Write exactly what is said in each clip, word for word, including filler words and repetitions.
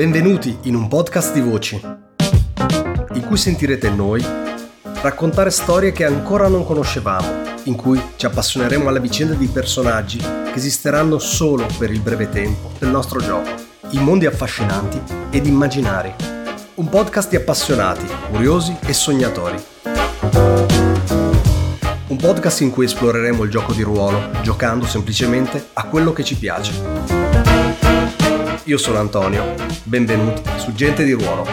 Benvenuti in un podcast di voci, in cui sentirete noi raccontare storie che ancora non conoscevamo, in cui ci appassioneremo alla vicenda di personaggi che esisteranno solo per il breve tempo del nostro gioco, in mondi affascinanti ed immaginari. Un podcast di appassionati, curiosi e sognatori. Un podcast in cui esploreremo il gioco di ruolo, giocando semplicemente a quello che ci piace. Io sono Antonio, benvenuti su Gente di Ruolo.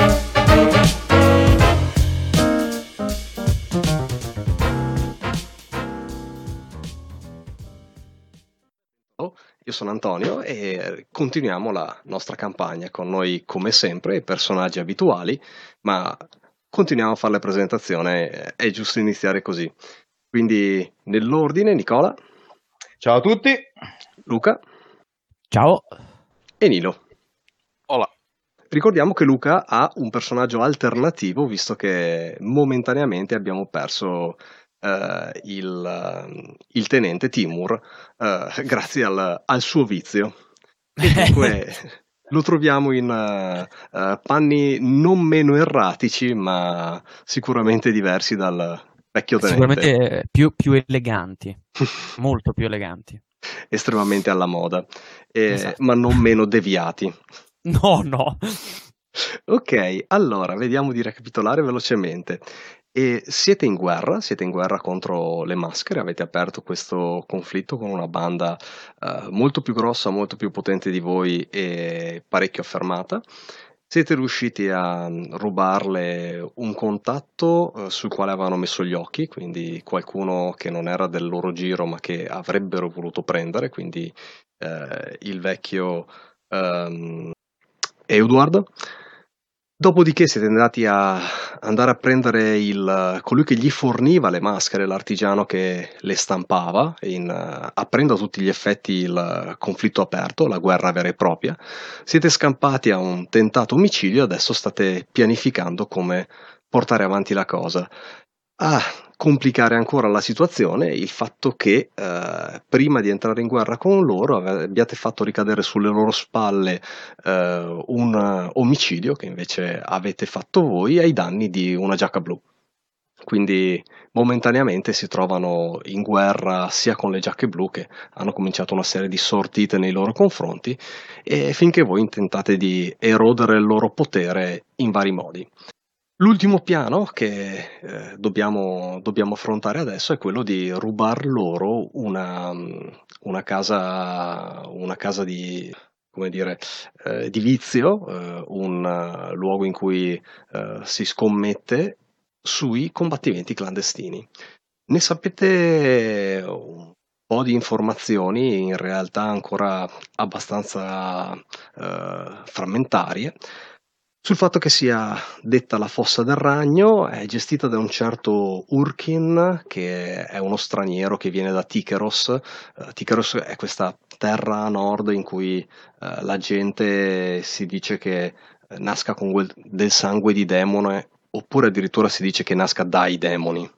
Io sono Antonio e continuiamo la nostra campagna con noi come sempre, i personaggi abituali, ma continuiamo a fare la presentazione, è giusto iniziare così. Quindi nell'ordine Nicola. Ciao a tutti. Luca. Ciao. E Nilo. Hola. Ricordiamo che Luca ha un personaggio alternativo, visto che momentaneamente abbiamo perso uh, il, il tenente Timur uh, grazie al, al suo vizio. E dunque lo troviamo in uh, uh, panni non meno erratici, ma sicuramente diversi dal vecchio tenente. Sicuramente più, più eleganti, molto più eleganti. Estremamente alla moda, eh, Esatto. ma non meno deviati. No, no. Ok, allora vediamo di ricapitolare velocemente. E siete in guerra, siete in guerra contro le maschere, avete aperto questo conflitto con una banda uh, molto più grossa, molto più potente di voi e parecchio affermata. Siete riusciti a rubarle un contatto uh, sul quale avevano messo gli occhi, quindi qualcuno che non era del loro giro ma che avrebbero voluto prendere, quindi uh, il vecchio um, Edward. Dopodiché siete andati a andare a prendere il, colui che gli forniva le maschere, l'artigiano che le stampava, in, aprendo a tutti gli effetti il conflitto aperto, la guerra vera e propria. Siete scampati a un tentato omicidio e adesso state pianificando come portare avanti la cosa. A complicare ancora la situazione il fatto che eh, prima di entrare in guerra con loro abbiate fatto ricadere sulle loro spalle eh, un omicidio che invece avete fatto voi ai danni di una giacca blu. Quindi momentaneamente si trovano in guerra sia con le giacche blu, che hanno cominciato una serie di sortite nei loro confronti, e finché voi intentate di erodere il loro potere in vari modi. L'ultimo piano che eh, dobbiamo, dobbiamo affrontare adesso è quello di rubar loro una, una casa, una casa di, come dire, eh, di vizio, eh, un uh, luogo in cui eh, si scommette sui combattimenti clandestini. Ne sapete un po' di informazioni, in realtà ancora abbastanza eh, frammentarie, sul fatto che sia detta la Fossa del Ragno, è gestita da un certo Urkin, che è uno straniero che viene da Tycheros. Uh, Tycheros è questa terra a nord in cui uh, la gente si dice che uh, nasca con quel, del sangue di demone, oppure addirittura si dice che nasca dai demoni.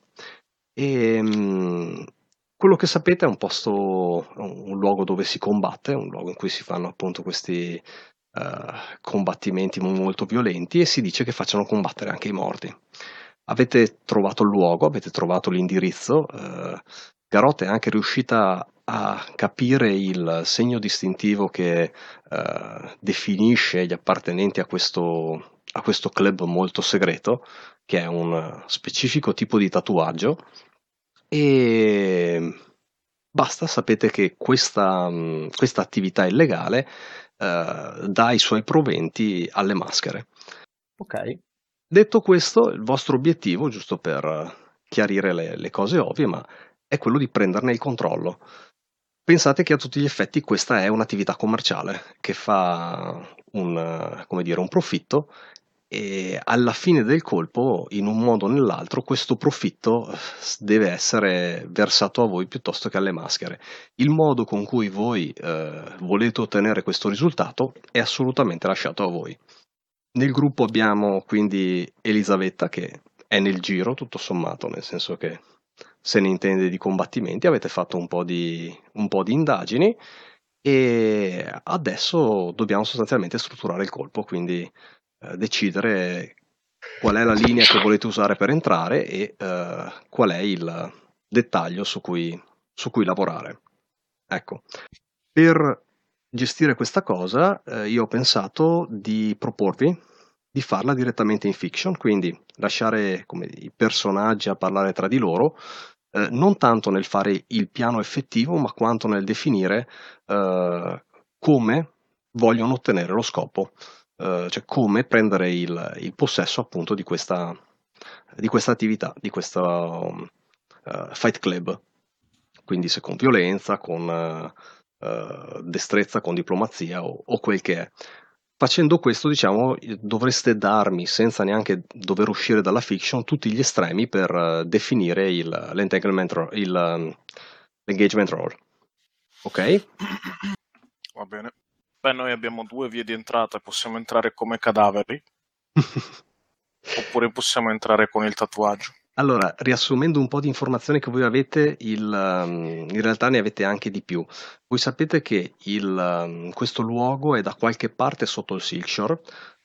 E um, quello che sapete è un posto, un luogo dove si combatte, un luogo in cui si fanno appunto questi Uh, combattimenti molto violenti, e si dice che facciano combattere anche i morti. Avete trovato il luogo, avete trovato l'indirizzo, uh, Garot è anche riuscita a capire il segno distintivo che uh, definisce gli appartenenti a questo, a questo club molto segreto, che è un specifico tipo di tatuaggio, e basta, sapete che questa, questa attività illegale Uh, dà i suoi proventi alle maschere. Ok. Detto questo, il vostro obiettivo, giusto per chiarire le, le cose ovvie, ma è quello di prenderne il controllo. Pensate che a tutti gli effetti questa è un'attività commerciale che fa un, come dire, un profitto, e alla fine del colpo, in un modo o nell'altro, questo profitto deve essere versato a voi piuttosto che alle maschere. Il modo con cui voi eh, volete ottenere questo risultato è assolutamente lasciato a voi. Nel gruppo abbiamo quindi Elisabetta, che è nel giro tutto sommato, nel senso che se ne intende di combattimenti, avete fatto un po' di, un po' di indagini, e adesso dobbiamo sostanzialmente strutturare il colpo, quindi eh, decidere qual è la linea che volete usare per entrare e eh, qual è il dettaglio su cui, su cui lavorare. Ecco, per gestire questa cosa eh, io ho pensato di proporvi di farla direttamente in fiction, quindi lasciare come, i personaggi a parlare tra di loro, eh, non tanto nel fare il piano effettivo, ma quanto nel definire eh, come vogliono ottenere lo scopo, eh, cioè come prendere il, il possesso appunto di questa, di questa attività, di questo um, eh, Fight Club. Quindi se con violenza, con eh, eh, destrezza, con diplomazia o, o quel che è. Facendo questo, diciamo, dovreste darmi, senza neanche dover uscire dalla fiction, tutti gli estremi per eh, definire il, l'entanglement ro- il, um, l'engagement role. Ok? Va bene. Beh, noi abbiamo due vie di entrata, possiamo entrare come cadaveri oppure possiamo entrare con il tatuaggio. Allora, riassumendo un po' di informazioni che voi avete, il, um, in realtà ne avete anche di più. Voi sapete che il, um, questo luogo è da qualche parte sotto il Silkshore,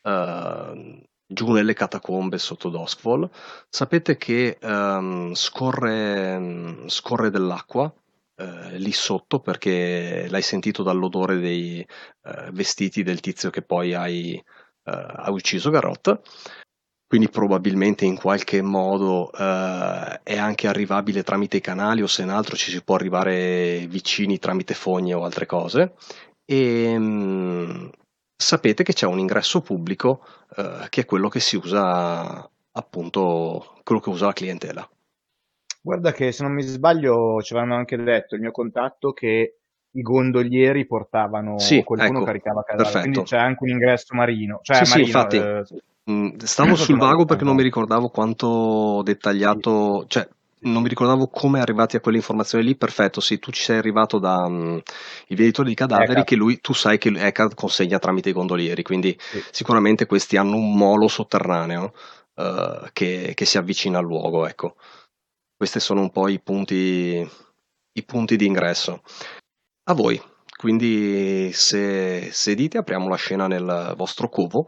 uh, giù nelle catacombe sotto Duskfall. Sapete che um, scorre, um, scorre dell'acqua uh, lì sotto perché l'hai sentito dall'odore dei uh, vestiti del tizio che poi hai, uh, ha ucciso Garrott. Quindi probabilmente in qualche modo eh, è anche arrivabile tramite i canali o se in altro ci si può arrivare vicini tramite fogne o altre cose. E mh, sapete che c'è un ingresso pubblico eh, che è quello che si usa appunto, quello che usa la clientela. Guarda che se non mi sbaglio ci avevano anche detto il mio contatto che i gondolieri portavano o Sì, qualcuno ecco, caricava cadavere, quindi perfetto. c'è anche un ingresso marino, Sì, cioè sì, marino, infatti, eh, sì, mh, stavo sotto sul l'acqua, vago perché non mi esatto. ricordavo quanto Sì, dettagliato, cioè sì, non mi sì. ricordavo come arrivati a quelle informazioni lì. Perfetto, sì, tu ci sei arrivato da mh, il venditore di cadaveri Ecco, che lui, tu sai che Eckhart consegna tramite i gondolieri, quindi sì. sicuramente questi hanno un molo sotterraneo eh, che, che si avvicina al luogo, ecco. Questi sono un po' i punti, i punti di ingresso. A voi, quindi se sedite apriamo la scena nel vostro covo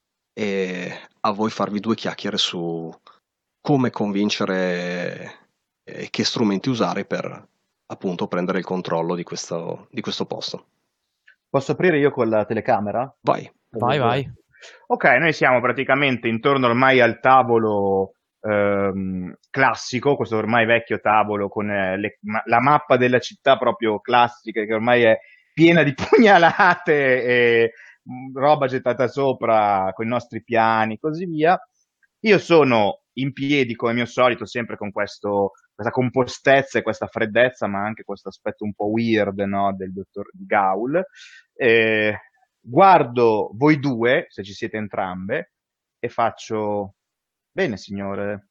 e a voi farvi due chiacchiere su come convincere e che strumenti usare per appunto prendere il controllo di questo, di questo posto. Posso aprire io con la telecamera? Vai. Tra Vai, vai. virgolette. Ok, noi siamo praticamente intorno ormai al tavolo ehm, classico, questo ormai vecchio tavolo con eh, le- ma- la mappa della città proprio classica che ormai è piena di pugnalate e mh, roba gettata sopra con i nostri piani e così via. Io sono in piedi come mio solito, sempre con questo, questa compostezza e questa freddezza, ma anche questo aspetto un po' weird, no, del dottor Gaul. Eh, guardo voi due, se ci siete entrambe, e faccio, bene signore,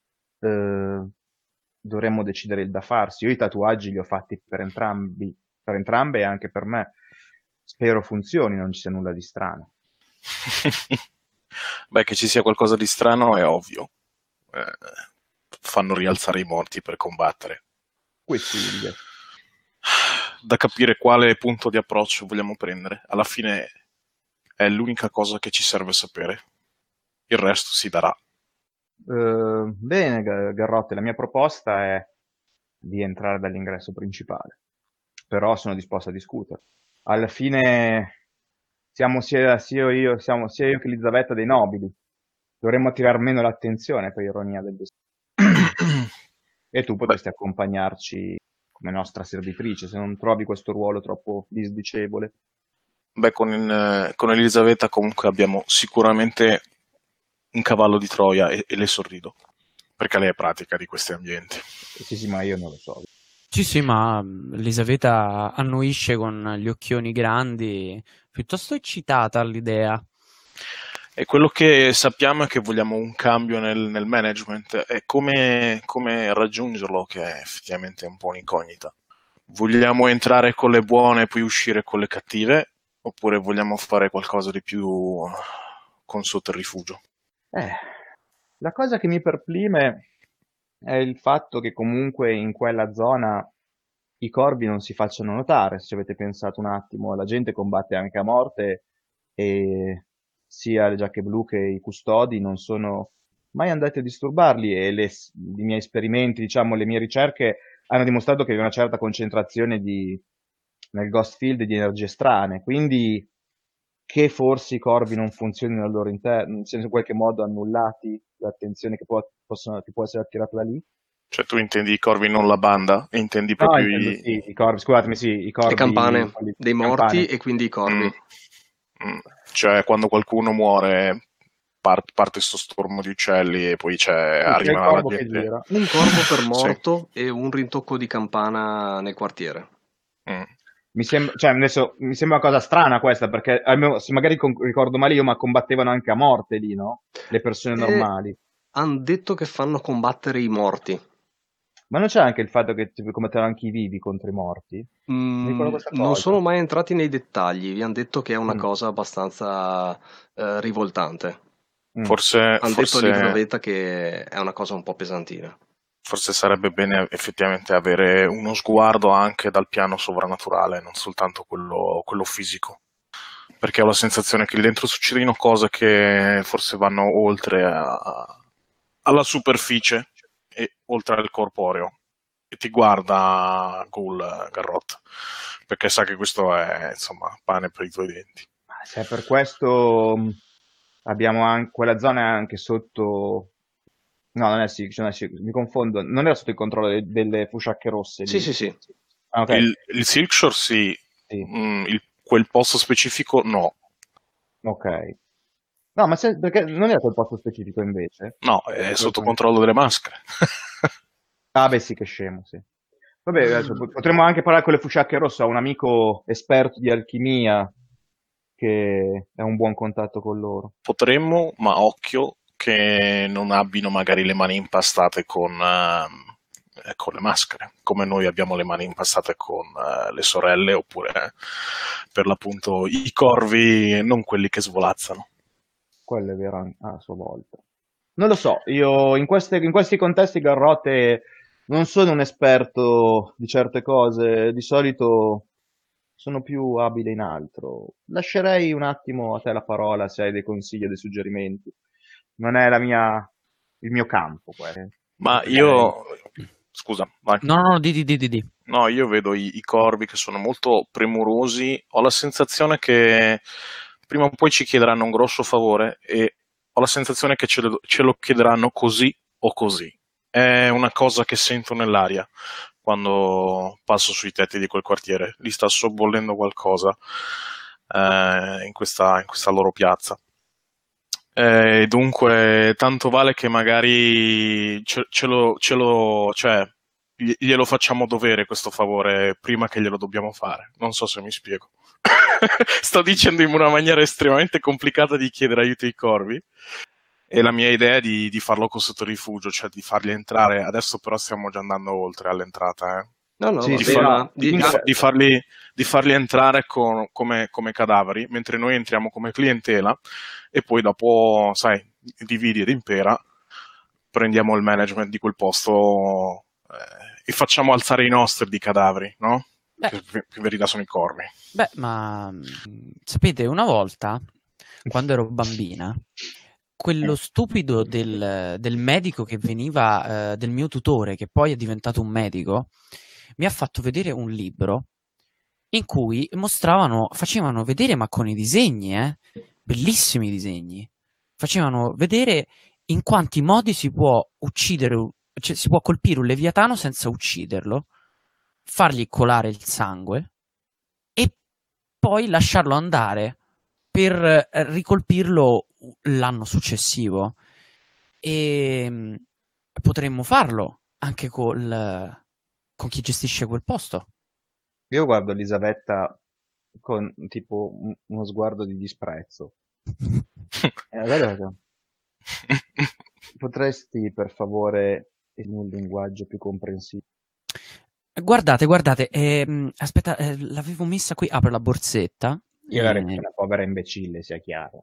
eh, dovremmo decidere il da farsi. Io i tatuaggi li ho fatti per entrambi, per entrambe e anche per me. Spero funzioni, non ci sia nulla di strano. Beh, che ci sia qualcosa di strano è ovvio. Eh, fanno rialzare i morti per combattere. Questilie. Da capire quale punto di approccio vogliamo prendere. Alla fine è l'unica cosa che ci serve sapere. Il resto si darà. Eh, bene, Ga- Garrotte, la mia proposta è di entrare dall'ingresso principale, però sono disposto a discutere. Alla fine siamo sia, sia io, siamo sia io che Elisabetta dei nobili. Dovremmo attirare meno l'attenzione per ironia del destino. E tu Beh, potresti accompagnarci come nostra servitrice, se non trovi questo ruolo troppo disdicevole. beh con, eh, con Elisabetta comunque abbiamo sicuramente un cavallo di Troia e, e le sorrido, perché lei è pratica di questi ambienti. Sì, sì, ma io non lo so. Sì, sì, ma mm, Elisabetta annuisce con gli occhioni grandi, piuttosto eccitata all'idea. E quello che sappiamo è che vogliamo un cambio nel, nel management e come, come raggiungerlo che è effettivamente un po' un'incognita. Vogliamo entrare con le buone e poi uscire con le cattive oppure vogliamo fare qualcosa di più con sotterrifugio? Eh, la cosa che mi perplime è il fatto che comunque in quella zona i corvi non si facciano notare, se ci avete pensato un attimo. La gente combatte anche a morte e sia le giacche blu che i custodi non sono mai andati a disturbarli, e le, i miei esperimenti, diciamo, le mie ricerche hanno dimostrato che vi è una certa concentrazione di, nel ghost field di energie strane, quindi che forse i corvi non funzionino al loro interno, siano in qualche modo annullati l'attenzione che può, possono, che può essere attirata da lì. Cioè tu intendi i corvi, non la banda? E intendi No, proprio intendo, i... sì, i corvi, scusatemi, sì, i corvi... Le campane quelli- dei morti campane. e quindi i corvi. Mm. Mm. Cioè quando qualcuno muore part- parte questo stormo di uccelli e poi c'è, Sì, c'è il arriva la corvo che gente. gira. Un corvo per Sì. morto e un rintocco di campana nel quartiere. Mm. Mi sembra, cioè, adesso, mi sembra una cosa strana questa, perché almeno, se magari con- ricordo male io, ma combattevano anche a morte lì, no? Le persone E normali. hanno detto che fanno combattere i morti. Ma non c'è anche il fatto che tipo, combattevano anche i vivi contro i morti? Mi ricordo Mm, questa non cosa. sono mai entrati nei dettagli, vi hanno detto che è una Mm, cosa abbastanza eh, rivoltante. mm. Forse, Hanno detto al forse, libro beta che è una cosa un po' pesantina. forse sarebbe bene effettivamente avere uno sguardo anche dal piano sovrannaturale, non soltanto quello, quello fisico. Perché ho la sensazione che lì dentro succedino cose che forse vanno oltre a- alla superficie e oltre al corporeo. E ti guarda Ghoul Garrot, perché sa che questo è, insomma, pane per i tuoi denti. Ma se è per questo mh, abbiamo anche quella zona è anche sotto. No, non è Silk, non è Silk, mi confondo. Non era sotto il controllo de- delle fusciacche rosse Sì, lì. sì, sì. Ah, ok. Il, il Silkshore sì, Sì, mm, il- quel posto specifico no. ok. No, ma se- perché non era quel posto specifico invece? No, è sotto controllo delle maschere. Ah, beh, sì, che scemo, sì. Vabbè, adesso po- potremmo anche parlare con le fusciacche rosse. Ho un amico esperto di alchimia che è un buon contatto con loro. Potremmo, ma occhio che non abbiano magari le mani impastate con, ehm, eh, con le maschere, come noi abbiamo le mani impastate con eh, le sorelle, oppure eh, per l'appunto i corvi, non quelli che svolazzano. Quello è vero an- a sua volta. Non lo so, io in, queste- in questi contesti Garrote non sono un esperto di certe cose, di solito sono più abile in altro. Lascerei un attimo a te la parola se hai dei consigli o dei suggerimenti. Non è la mia, il mio campo, questo. Ma Ok. io, scusa, vai. No, no, no, di, di, di, di, di. No, io vedo i, i corvi che sono molto premurosi, ho la sensazione che prima o poi ci chiederanno un grosso favore e ho la sensazione che ce lo, ce lo chiederanno così o così. È una cosa che sento nell'aria quando passo sui tetti di quel quartiere. Lì sta sobbollendo qualcosa eh, in questa, in questa loro piazza. Eh, dunque, tanto vale che magari ce, ce lo, ce lo, cioè, gli- glielo facciamo dovere questo favore prima che glielo dobbiamo fare. Non so se mi spiego. Sto dicendo in una maniera estremamente complicata di chiedere aiuto ai corvi. E la mia idea è di, di farlo con sottorifugio, cioè di farli entrare. Adesso però stiamo già andando oltre all'entrata, eh. No, no, Sì, va Di, sì, bene, far- ma no, di- di di- fa- di farli, di farli entrare con- come, come cadaveri, mentre noi entriamo come clientela e poi dopo, sai, dividi ed impera, prendiamo il management di quel posto eh, e facciamo alzare i nostri di cadaveri, no? Beh. Che che in verità sono i corvi. Beh, ma mh, sapete, una volta, quando ero bambina, quello stupido del, del medico che veniva, eh, del mio tutore, che poi è diventato un medico, mi ha fatto vedere un libro in cui mostravano, facevano vedere, ma con i disegni, eh, bellissimi disegni, facevano vedere in quanti modi si può uccidere, un- cioè si può colpire un leviatano senza ucciderlo, fargli colare il sangue e poi lasciarlo andare per eh, ricolpirlo l'anno successivo. E mh, potremmo farlo anche col, con chi gestisce quel posto. Io guardo Elisabetta con tipo un- uno sguardo di disprezzo. Eh, guarda, potresti per favore in un linguaggio più comprensibile? Guardate, guardate, ehm, aspetta, eh, l'avevo messa qui, apro la borsetta. Io la eh, reputo una povera imbecille, sia chiaro.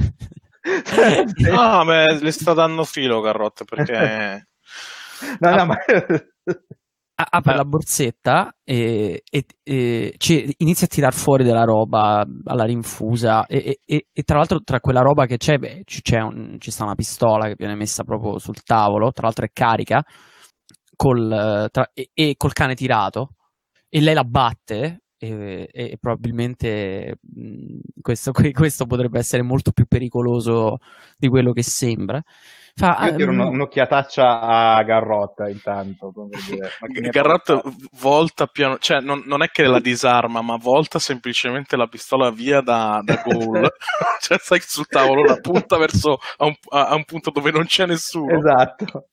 Ah, beh, le sta dando filo Garrot perché No, no, ma apre Eh. la borsetta e, e- e ci- inizia a tirar fuori della roba alla rinfusa e, e- e tra l'altro tra quella roba che c'è, beh, ci, c'è un- ci sta una pistola che viene messa proprio sul tavolo, tra l'altro è carica, col, eh, tra- e, e col cane tirato, e lei la batte e, e probabilmente mh, questo, que- questo potrebbe essere molto più pericoloso di quello che sembra. Fa, Io ah, tiro uno- mm, un'occhiataccia a Garrotta intanto, come per dire, ma che mi hai Garrot portato? volta piano, cioè non, non è che la disarma, ma volta semplicemente la pistola via da, da goal, cioè sai sul tavolo, la punta verso a un, a- a un punto dove non c'è nessuno. Esatto.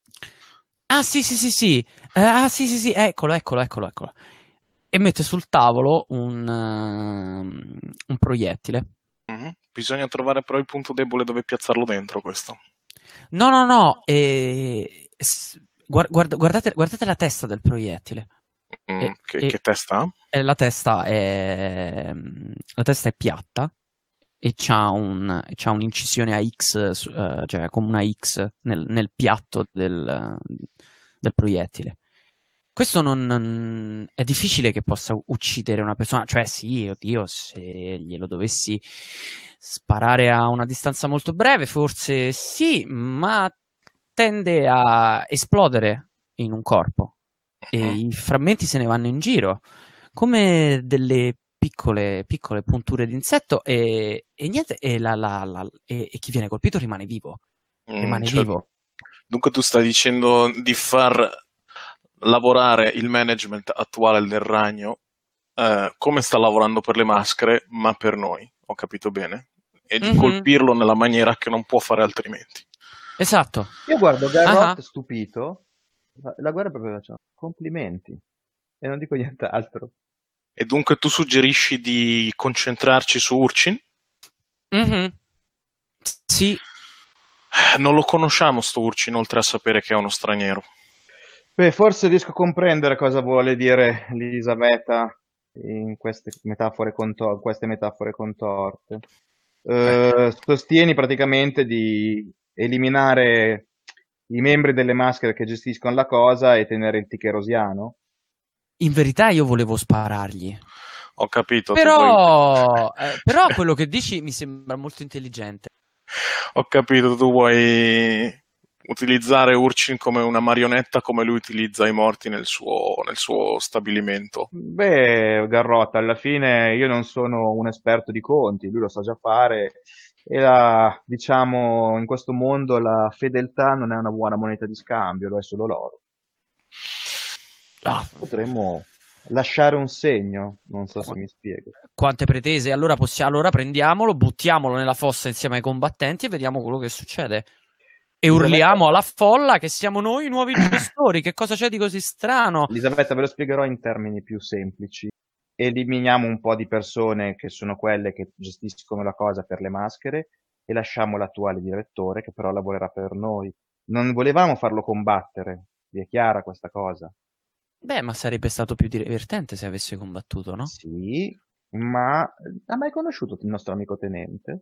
ah sì sì sì sì, Eh, ah sì sì sì, eccolo eccolo eccolo eccolo. E mette sul tavolo un, ehm, un proiettile. Mhm. Bisogna trovare però il punto debole dove piazzarlo dentro questo. No, no, no, eh, s- guar- guarda- guardate, guardate la testa del proiettile. Mm, E- che, e- che testa ha? e la testa è, la testa è piatta e c'ha, un, c'ha un'incisione a X, su- eh, cioè come una X nel, nel piatto del, del proiettile. Questo non, non- è difficile che possa uccidere una persona, cioè sì, oddio, se glielo dovessi sparare a una distanza molto breve, forse sì, ma tende a esplodere in un corpo e Mhm. i frammenti se ne vanno in giro come delle piccole, piccole punture d'insetto e, e niente, e, la- la- la- e- e chi viene colpito rimane vivo, Mm, rimane cioè, vivo. dunque tu stai dicendo di far lavorare il management attuale del ragno eh, come sta lavorando per le maschere, ma per noi, ho capito bene? E di Mhm. colpirlo nella maniera che non può fare altrimenti. Esatto. Io guardo Garrott Ah. stupito, la la guarda proprio faccio, complimenti, e non dico nient'altro. E dunque tu suggerisci di concentrarci su Urchin? Mhm. Sì, Non lo conosciamo sto Urchin, oltre a sapere che è uno straniero. Beh, forse riesco a comprendere cosa vuole dire Elisabetta in queste metafore, contor- queste metafore contorte. Eh, sostieni praticamente di eliminare i membri delle maschere che gestiscono la cosa e tenere il ticcherosiano? in verità io volevo sparargli. Ho capito. tu vuoi- Però, eh, però quello che dici mi sembra molto intelligente. Ho capito, tu vuoi utilizzare Urchin come una marionetta come lui utilizza i morti nel suo, nel suo stabilimento. Beh, Garrotta, alla fine io non sono un esperto di conti, lui lo sa già fare e la, diciamo, in questo mondo la fedeltà non è una buona moneta di scambio, lo è solo l'oro. Ah, Potremmo lasciare un segno, non so se mi spiego. quante pretese. Allora, possiamo, allora prendiamolo, buttiamolo nella fossa insieme ai combattenti e vediamo quello che succede. E urliamo alla folla che siamo noi i nuovi gestori. Che cosa c'è di così strano? Elisabetta, ve lo spiegherò in termini più semplici. Eliminiamo un po' di persone che sono quelle che gestiscono la cosa per le maschere e lasciamo l'attuale direttore che però lavorerà per noi. Non volevamo farlo combattere, vi è chiara questa cosa? Beh, ma sarebbe stato più divertente se avesse combattuto, no? Sì, ma ha mai conosciuto il nostro amico tenente?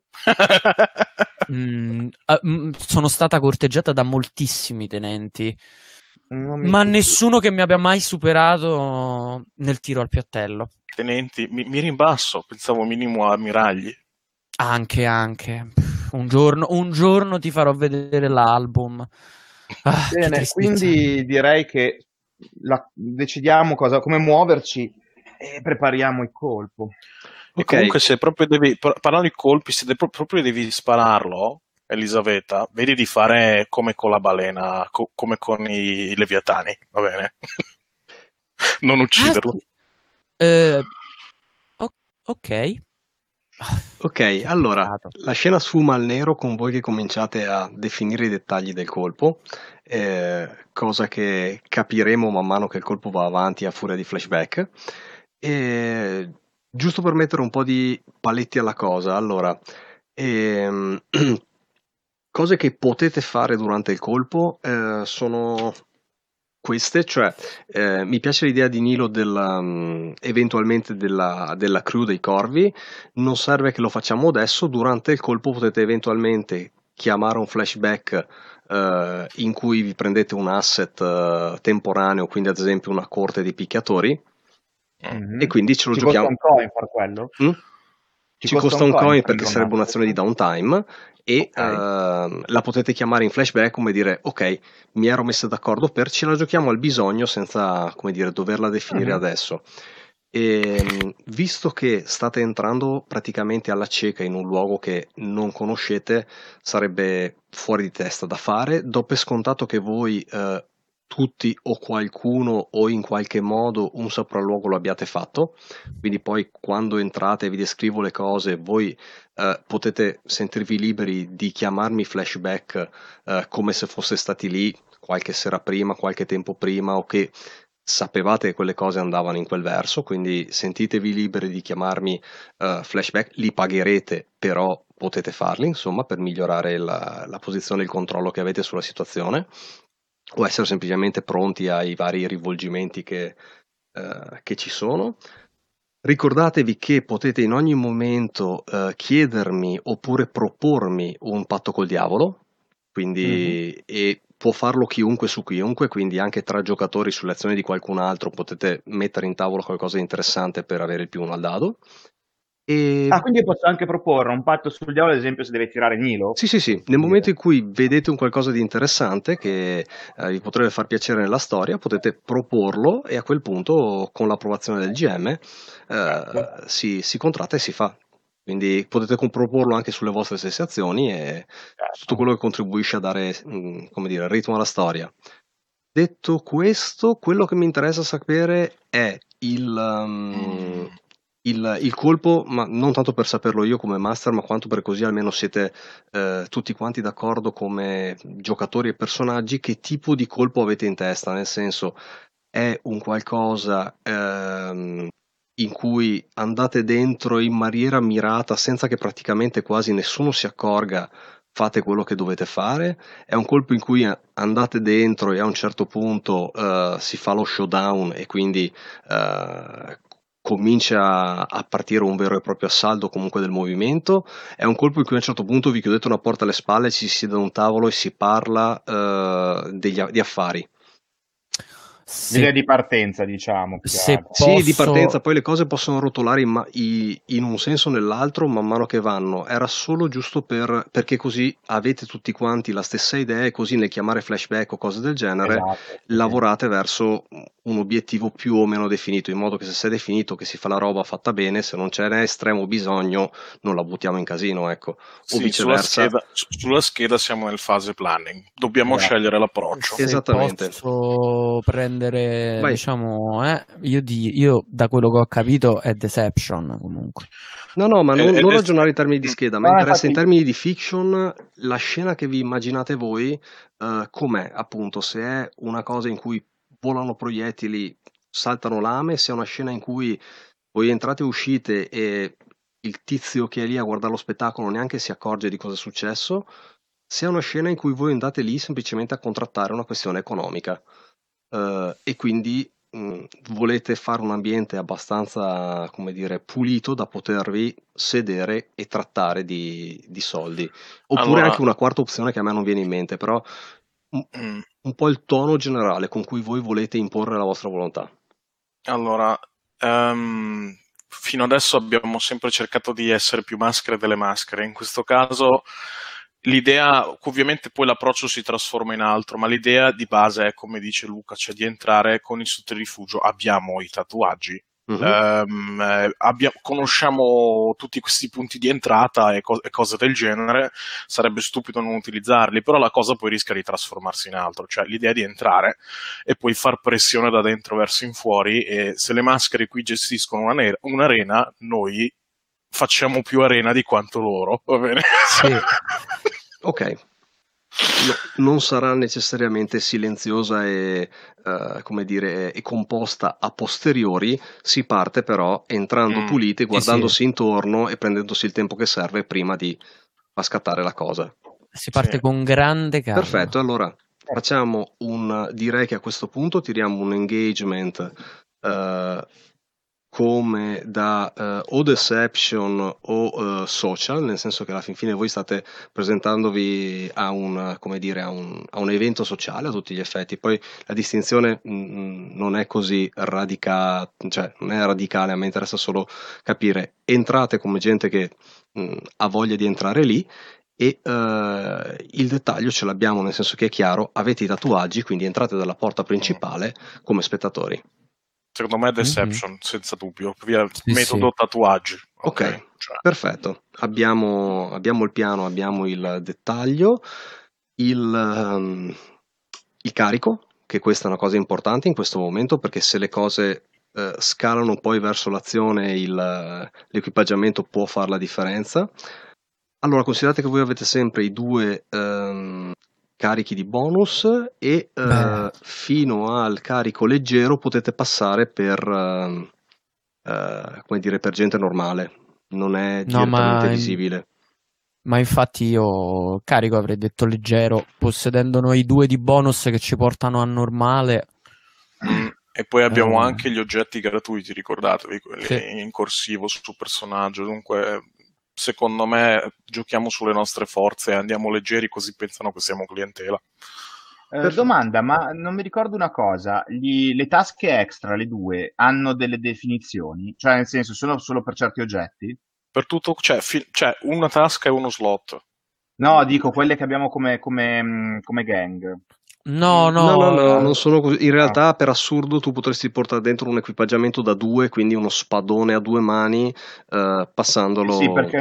Mm, eh, mm, sono stata corteggiata da moltissimi tenenti, Non mi ma stupisce. nessuno che mi abbia mai superato nel tiro al piattello. Tenenti, mi, mi rimbasso, pensavo minimo a ammiragli. Anche, anche. Pff, Un giorno, un giorno ti farò vedere l'album. Ah, che Bene, tristezza. quindi direi che la- decidiamo cosa, come muoverci e prepariamo il colpo. E Ok. comunque se proprio devi, par- parlando di colpi, se de- proprio devi spararlo, Elisabetta, vedi di fare come con la balena, co- come con i leviatani, va bene? Non ucciderlo. Ah, sì. Eh, o- ok. Ok, allora, Peccato. la scena sfuma al nero con voi che cominciate a definire i dettagli del colpo, eh, cosa che capiremo man mano che il colpo va avanti a furia di flashback. E, giusto per mettere un po' di paletti alla cosa, allora, ehm, cose che potete fare durante il colpo eh, sono queste, cioè eh, mi piace l'idea di Nilo della, mm, eventualmente della, della crew dei corvi. Non serve che lo facciamo adesso, durante il colpo potete eventualmente chiamare un flashback uh, in cui vi prendete un asset uh, temporaneo, quindi ad esempio una corte di picchiatori, mm-hmm. e quindi ce lo Ci giochiamo. Ci costa un coin far quello? Mm? Ci, Ci costa, costa un coin, coin perché un sarebbe un'azione di downtime e okay. uh, la potete chiamare in flashback come dire ok, mi ero messa d'accordo per, ce la giochiamo al bisogno senza, come dire, doverla definire uh-huh. adesso. E visto che state entrando praticamente alla cieca in un luogo che non conoscete, sarebbe fuori di testa da fare. Do per scontato che voi uh, tutti o qualcuno o in qualche modo un sopralluogo lo abbiate fatto, quindi poi quando entrate vi descrivo le cose, voi uh, potete sentirvi liberi di chiamarmi flashback uh, come se foste stati lì qualche sera prima, qualche tempo prima, o che sapevate che quelle cose andavano in quel verso, quindi sentitevi liberi di chiamarmi uh, flashback, li pagherete, però potete farli, insomma, per migliorare la, la posizione e il controllo che avete sulla situazione, o essere semplicemente pronti ai vari rivolgimenti che, uh, che ci sono. Ricordatevi che potete in ogni momento uh, chiedermi oppure propormi un patto col diavolo, quindi mm-hmm. e può farlo chiunque su chiunque, quindi anche tra giocatori sulle azioni di qualcun altro potete mettere in tavolo qualcosa di interessante per avere il più uno al dado. E... Ah, quindi posso anche proporre un patto sul diavolo, ad esempio, se deve tirare Nilo? Sì, sì, sì. Nel momento in cui vedete un qualcosa di interessante che eh, vi potrebbe far piacere nella storia, potete proporlo e a quel punto, con l'approvazione del G M, eh, si, si contratta e si fa. Quindi potete proporlo anche sulle vostre stesse azioni e tutto quello che contribuisce a dare, mh, come dire, ritmo alla storia. Detto questo, quello che mi interessa sapere è il... Um, Il, il colpo, ma non tanto per saperlo io come master, ma quanto per così almeno siete eh, tutti quanti d'accordo come giocatori e personaggi, che tipo di colpo avete in testa, nel senso è un qualcosa ehm, in cui andate dentro in maniera mirata senza che praticamente quasi nessuno si accorga, fate quello che dovete fare, è un colpo in cui andate dentro e a un certo punto eh, si fa lo showdown e quindi eh, comincia a partire un vero e proprio assalto comunque del movimento, è un colpo in cui a un certo punto vi chiudete una porta alle spalle, ci si siede ad un tavolo e si parla uh, degli, di affari. Se, l'idea di partenza, diciamo. Se sì, posso... di partenza, poi le cose possono rotolare in, ma- in un senso o nell'altro man mano che vanno. Era solo giusto per perché così avete tutti quanti la stessa idea e così nel chiamare flashback o cose del genere esatto, lavorate sì. verso un obiettivo più o meno definito, in modo che se si è definito che si fa la roba fatta bene, se non ce n'è estremo bisogno non la buttiamo in casino, ecco. O sì, viceversa. Sulla scheda, sulla scheda siamo nel fase planning, dobbiamo esatto. scegliere l'approccio. Se Esattamente. Posso prendere, Vai. diciamo, eh, io, di, io da quello che ho capito è Deception comunque. No, no, ma non, eh, non eh, ragionare in termini di scheda, no, ma interessa infatti... in termini di fiction la scena che vi immaginate voi, uh, com'è, appunto, se è una cosa in cui volano proiettili, saltano lame, se è una scena in cui voi entrate e uscite e il tizio che è lì a guardare lo spettacolo neanche si accorge di cosa è successo, se è una scena in cui voi andate lì semplicemente a contrattare una questione economica uh, e quindi mh, volete fare un ambiente abbastanza, come dire, pulito da potervi sedere e trattare di, di soldi, oppure allora... anche una quarta opzione che a me non viene in mente, però un, un po' il tono generale con cui voi volete imporre la vostra volontà. Allora, um, fino adesso abbiamo sempre cercato di essere più maschere delle maschere. In questo caso l'idea, ovviamente poi l'approccio si trasforma in altro, ma l'idea di base è, come dice Luca, cioè di entrare con il sotterrifugio. Abbiamo i tatuaggi, uh-huh. um, eh, abbiamo, conosciamo tutti questi punti di entrata e, co- e cose del genere, sarebbe stupido non utilizzarli, però la cosa poi rischia di trasformarsi in altro, cioè l'idea di entrare e poi far pressione da dentro verso in fuori, e se le maschere qui gestiscono una, un'arena, noi facciamo più arena di quanto loro, va bene? Sì. Ok, no, non sarà necessariamente silenziosa e, uh, come dire, e composta a posteriori, si parte però entrando mm. puliti, guardandosi sì, sì. intorno e prendendosi il tempo che serve prima di far scattare la cosa. Si parte sì. con grande calma. Perfetto, allora facciamo un, direi che a questo punto tiriamo un engagement uh, come da uh, o deception o uh, social, nel senso che alla fin fine voi state presentandovi a un, come dire, a un, a un evento sociale a tutti gli effetti. Poi la distinzione mh, non è così radicale, cioè non è radicale, a me interessa solo capire, entrate come gente che mh, ha voglia di entrare lì, e uh, il dettaglio ce l'abbiamo, nel senso che è chiaro, avete i tatuaggi, quindi entrate dalla porta principale come spettatori. Secondo me è Deception, mm-hmm. senza dubbio, via sì, metodo sì. tatuaggi. Ok, okay. Cioè. Perfetto. Abbiamo, abbiamo il piano, abbiamo il dettaglio, il, um, il carico, che questa è una cosa importante in questo momento, perché se le cose uh, scalano poi verso l'azione, il, l'equipaggiamento può fare la differenza. Allora, considerate che voi avete sempre i due um, carichi di bonus e uh, fino al carico leggero potete passare per, uh, uh, come dire, per gente normale, non è no, direttamente ma visibile. In... Ma infatti io carico avrei detto leggero, possedendo noi due di bonus che ci portano a normale. Mm, e poi abbiamo eh... anche gli oggetti gratuiti, ricordatevi, quelli sì. in corsivo sul personaggio, dunque... Secondo me giochiamo sulle nostre forze e andiamo leggeri, così pensano che siamo clientela. Eh, domanda, ma non mi ricordo una cosa, Gli, le tasche extra, le due, hanno delle definizioni? Cioè nel senso, sono solo per certi oggetti? Per tutto, cioè, fi, cioè una tasca e uno slot. No, dico quelle che abbiamo come, come, come gang. No, no, no, no, no, non sono così. In realtà, ah. per assurdo, tu potresti portare dentro un equipaggiamento da due, quindi uno spadone a due mani, uh, passandolo. Sì, perché.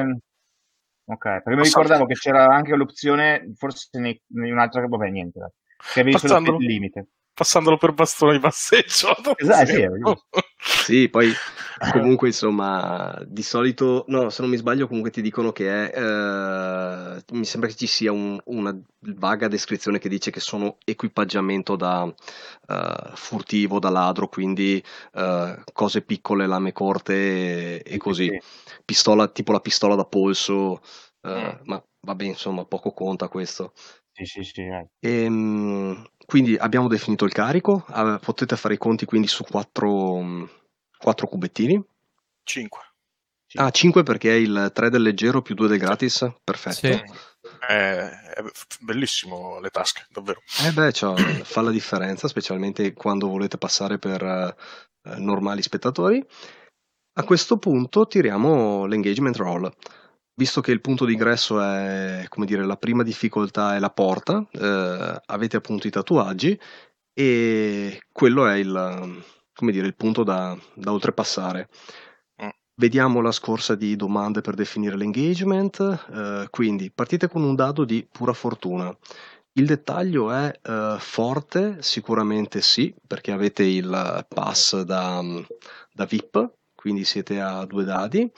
Ok, perché mi ricordavo che c'era anche l'opzione, forse in un'altra, vabbè, niente, che avevi solo il limite. Passandolo per bastone di passeggio. Esatto, sì, sì, poi comunque insomma di solito, no, se non mi sbaglio comunque ti dicono che è, eh, mi sembra che ci sia un, una vaga descrizione che dice che sono equipaggiamento da uh, furtivo, da ladro, quindi uh, cose piccole, lame corte e, e così, sì. Pistola, tipo la pistola da polso, uh, mm. ma vabbè, insomma poco conta questo. Sì, sì, sì. Eh. E, quindi abbiamo definito il carico, uh, potete fare i conti quindi su quattro, quattro cubettini. cinque. Ah, cinque perché è il tre del leggero più due del gratis? Perfetto. Sì. È, è bellissimo le tasche, davvero. Eh beh, cioè, fa la differenza, specialmente quando volete passare per uh, normali spettatori. A questo punto tiriamo l'engagement roll. Visto che il punto d'ingresso è, come dire, la prima difficoltà è la porta, eh, avete appunto i tatuaggi e quello è il, come dire, il punto da, da oltrepassare. Mm. Vediamo la scorsa di domande per definire l'engagement, eh, quindi partite con un dado di pura fortuna. Il dettaglio è eh, forte, sicuramente sì, perché avete il pass da, da V I P, quindi siete a due dadi.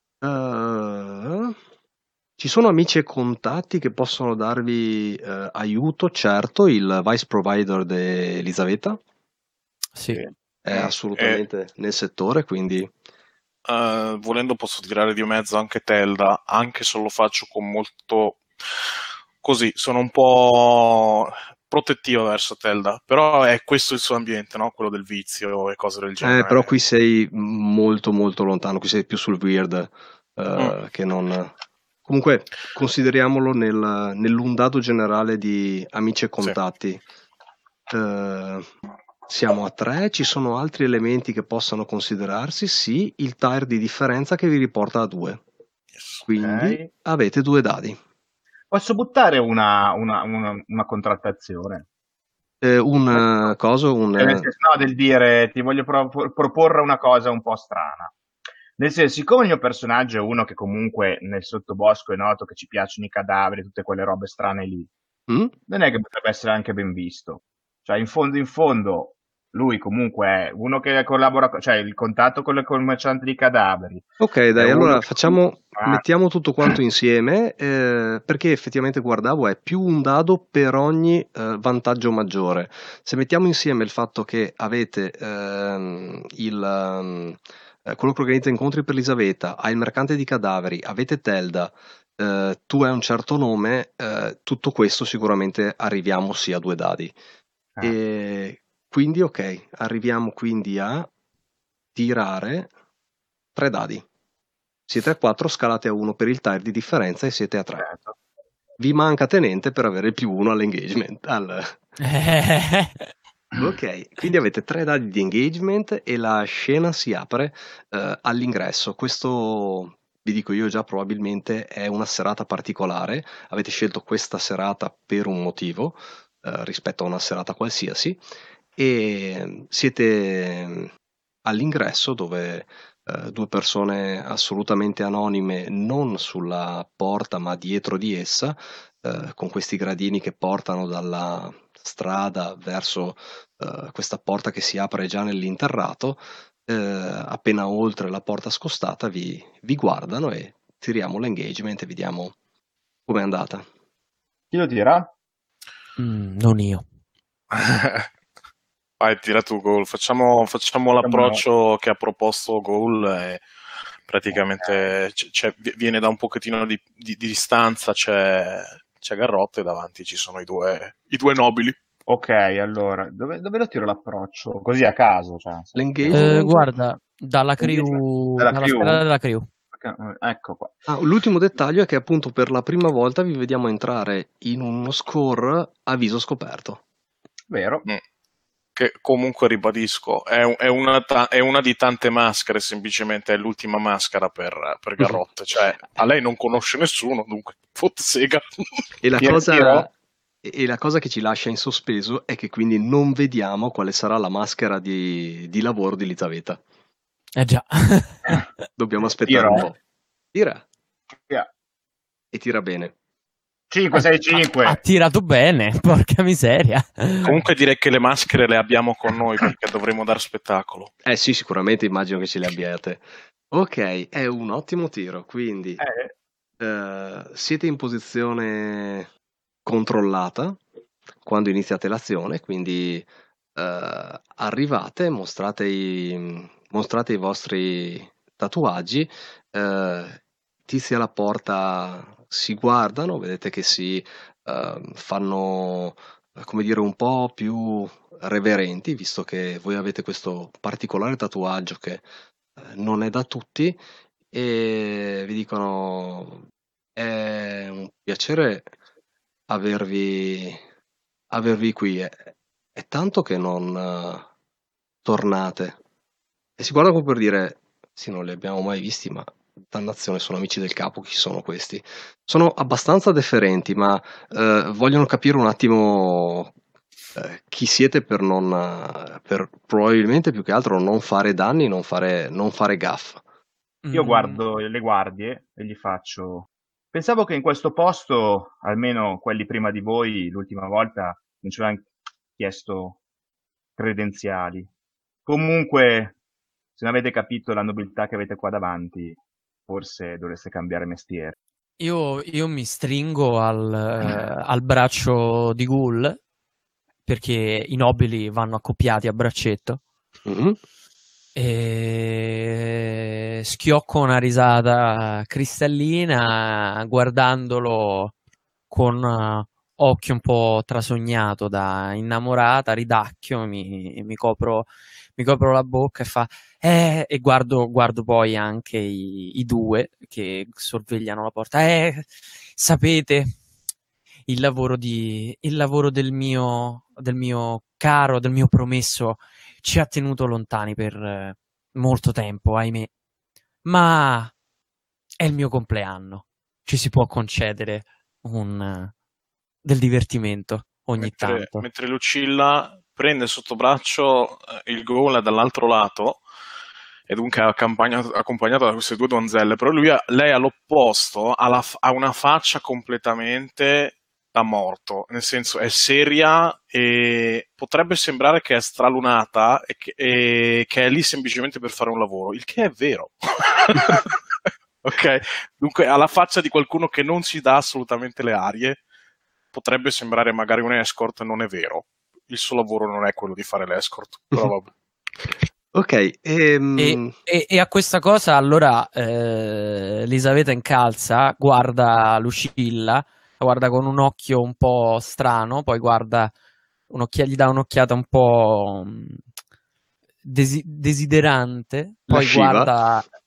Uh, ci sono amici e contatti che possono darvi uh, aiuto, certo, il vice provider di Elisabetta sì. è assolutamente eh, nel settore, quindi uh, volendo posso tirare di mezzo anche Telda, anche se lo faccio con molto così, sono un po' protettivo verso Telda, però è questo il suo ambiente, no? Quello del vizio e cose del genere. Eh, però qui sei molto molto lontano, qui sei più sul weird uh, mm. che non... Comunque consideriamolo nel, nell'undato generale di amici e contatti. Sì. Uh, siamo a tre, ci sono altri elementi che possano considerarsi, sì, il tire di differenza che vi riporta a due. Yes. Quindi okay. Avete due dadi. Posso buttare una, una, una, una contrattazione? Eh, un uh, coso, un... Cioè, nel senso, no, del dire ti voglio pro- proporre una cosa un po' strana. Nel senso, siccome il mio personaggio è uno che comunque nel sottobosco è noto che ci piacciono i cadaveri, tutte quelle robe strane lì, mm? non è che potrebbe essere anche ben visto. Cioè, in fondo, in fondo, lui comunque è uno che collabora, cioè il contatto con il commerciante di cadaveri. Ok, dai, allora facciamo, ah. mettiamo tutto quanto insieme, eh, perché effettivamente guardavo è più un dado per ogni eh, vantaggio maggiore. Se mettiamo insieme il fatto che avete ehm, il... Um, quello che organizza incontri per Elisabetta, hai il mercante di cadaveri, avete Telda, eh, tu hai un certo nome, eh, tutto questo sicuramente arriviamo sì a due dadi. Ah. E quindi ok, arriviamo quindi a tirare tre dadi. Siete a quattro, scalate a uno per il tire di differenza e siete a tre. Vi manca tenente per avere più uno all'engagement. Al... Ok, quindi avete tre dadi di engagement e la scena si apre eh, all'ingresso. Questo, vi dico io già, probabilmente è una serata particolare. Avete scelto questa serata per un motivo eh, rispetto a una serata qualsiasi e siete all'ingresso dove eh, due persone assolutamente anonime, non sulla porta ma dietro di essa, eh, con questi gradini che portano dalla strada verso uh, questa porta che si apre già nell'interrato, uh, appena oltre la porta scostata vi, vi guardano e tiriamo l'engagement e vediamo com'è andata. Chi lo tira? Mm, non io. Vai, tira tu, Goal. Facciamo, facciamo l'approccio che ha proposto Goal e praticamente c- c'è, viene da un pochettino di, di, di distanza, c'è, c'è Garrotto e davanti ci sono i due, i due nobili. Ok, allora, dove, dove lo tiro l'approccio? Così a caso, cioè. L'engagement? Eh, guarda, dalla crew, Dalla dalla crew? strada della crew. Ecco qua. Ah, l'ultimo dettaglio è che appunto per la prima volta vi vediamo entrare in uno score a viso scoperto. Vero. Mm. Che comunque ribadisco, è, un, è, una ta- è una di tante maschere, semplicemente è l'ultima maschera per, per Garrotte, cioè a lei non conosce nessuno, dunque fotte sega. E la, Tiro, cosa, tiro. e la cosa che ci lascia in sospeso è che quindi non vediamo quale sarà la maschera di, di lavoro di Lizaveta. Eh già. Dobbiamo aspettare Tiro. un po'. Tira. Yeah. E tira bene. cinque, sei, cinque. Ha, ha tirato bene, porca miseria. Comunque direi che le maschere le abbiamo con noi perché dovremo dar spettacolo. Eh sì, sicuramente immagino che ce le abbiate. Ok, è un ottimo tiro, quindi Eh. eh, siete in posizione controllata quando iniziate l'azione, quindi eh, arrivate, mostrate i, mostrate i vostri tatuaggi, eh, tizi alla porta si guardano, vedete che si eh, fanno, come dire, un po' più reverenti, visto che voi avete questo particolare tatuaggio che eh, non è da tutti, e vi dicono è un piacere avervi, avervi qui, è, è tanto che non uh, tornate. E si guarda come per dire, sì, non li abbiamo mai visti, ma dannazione, sono amici del capo, chi sono questi? Sono abbastanza deferenti, ma uh, vogliono capire un attimo uh, chi siete per non, uh, per probabilmente più che altro non fare danni, non fare, non fare gaff. Io Mm. guardo le guardie e gli faccio... Pensavo che in questo posto, almeno quelli prima di voi, l'ultima volta, non ci avevano chiesto credenziali. Comunque, se non avete capito la nobiltà che avete qua davanti, forse dovreste cambiare mestiere. Io, io mi stringo al, eh, al braccio di Ghoul, perché i nobili vanno accoppiati a braccetto. Mm-hmm. E schiocco una risata cristallina guardandolo con uh, occhio un po' trasognato da innamorata, ridacchio, mi, mi, copro, mi copro la bocca e fa eh, e guardo, guardo poi anche i, i due che sorvegliano la porta. Eh, sapete, il lavoro, di, il lavoro del mio, del mio caro, del mio promesso ci ha tenuto lontani per eh, molto tempo, ahimè. Ma è il mio compleanno. Ci si può concedere un uh, del divertimento ogni mentre, tanto. Mentre Lucilla prende sotto braccio eh, il Goal dall'altro lato e dunque è accompagnato, accompagnato da queste due donzelle, però lui ha, lei all'opposto ha, la, ha una faccia completamente da morto, nel senso è seria e potrebbe sembrare che è stralunata e che, e che è lì semplicemente per fare un lavoro, il che è vero. Ok, dunque ha la faccia di qualcuno che non si dà assolutamente le arie, potrebbe sembrare magari un escort, non è vero, il suo lavoro non è quello di fare l'escort, però vabbè. Ok, ehm... e, e, e a questa cosa allora eh, Elisabetta incalza, guarda Lucilla, guarda con un occhio un po' strano, poi guarda un'occhia, gli dà un'occhiata un po' desi- desiderante, poi lasciva. guarda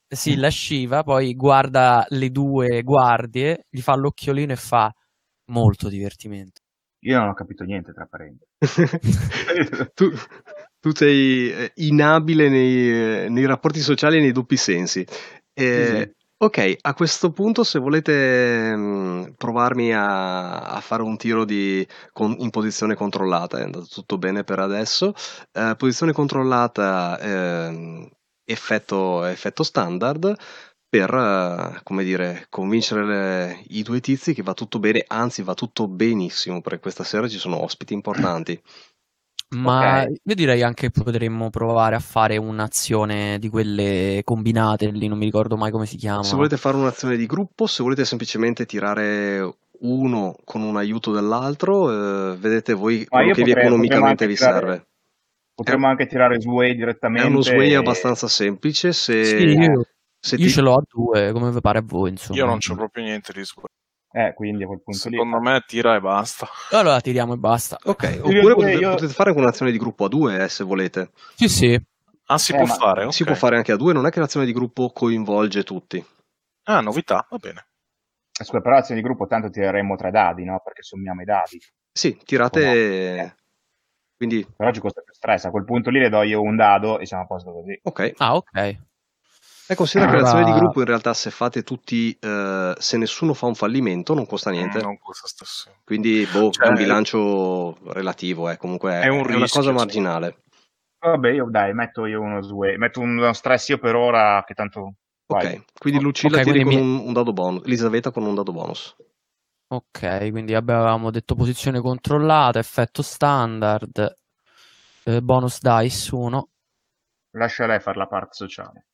si lasciva, poi guarda le due guardie, gli fa l'occhiolino e fa molto divertimento. Io non ho capito niente, tra parentesi. tu, tu sei eh, inabile nei, eh, nei rapporti sociali e nei doppi sensi. Eh, Sì, sì. Ok, a questo punto se volete mh, provarmi a, a fare un tiro di, con- in posizione controllata, è andato tutto bene per adesso. Eh, posizione controllata, ehm, effetto, effetto standard per, eh, come dire, convincere le- i due tizi che va tutto bene, anzi va tutto benissimo, perché questa sera ci sono ospiti importanti. Ma Ok. io direi anche che potremmo provare a fare un'azione di quelle combinate lì, non mi ricordo mai come si Se chiamano. volete fare un'azione di gruppo, se volete semplicemente tirare uno con un aiuto dell'altro, eh, vedete voi Ma quello io che vi potrei, potremmo economicamente anche vi tirare, serve. È, potremmo anche tirare Sway è uno direttamente. sway E... abbastanza semplice. Sì, Se, Eh, io, se io ti... ce l'ho a due, come vi pare a voi, Io insomma. non c'ho proprio niente di sguardo. eh, quindi a quel punto lì. Secondo me tira e basta. Allora tiriamo e basta. Ok, Io oppure pure, potete, io... potete fare anche un'azione di gruppo a due, eh, se volete. Sì, sì. Ah, si Eh, può ma... fare, Si può ok. fare anche a due, non è che l'azione di gruppo coinvolge tutti. Ah, novità, va bene. Scusa, però azione di gruppo tanto tireremmo tre dadi, no? Perché sommiamo i dadi. Sì, O no? Eh, tirate... Quindi, Però ci costa più stress. A quel punto lì le do io un dado e siamo a posto così. ok. Ah, ok. E considera che l'azione di Allora, gruppo in realtà se fate tutti, eh, se nessuno fa un fallimento non costa Mm, niente. non costa stesso. Quindi, boh, è Cioè, un bilancio relativo, eh, comunque è è, un è una cosa rischio, sì. marginale. Vabbè, io dai, metto io uno Sway. Metto uno stress io per ora, che tanto... Vai. Ok, quindi Lucilla ok, tiri quindi con mi... un, un dado bonus, Elisabetta con un dado bonus. Ok, quindi avevamo detto posizione controllata, effetto standard, eh, bonus dice uno. Lascia lei fare la parte sociale.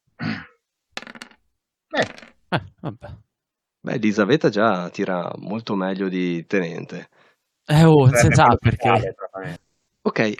Eh, Eh, vabbè. Beh, Elisabetta già tira molto meglio di Tenente. Eh, oh, non si sarebbe sa quello perché. sociale, tra parentesi. Ok,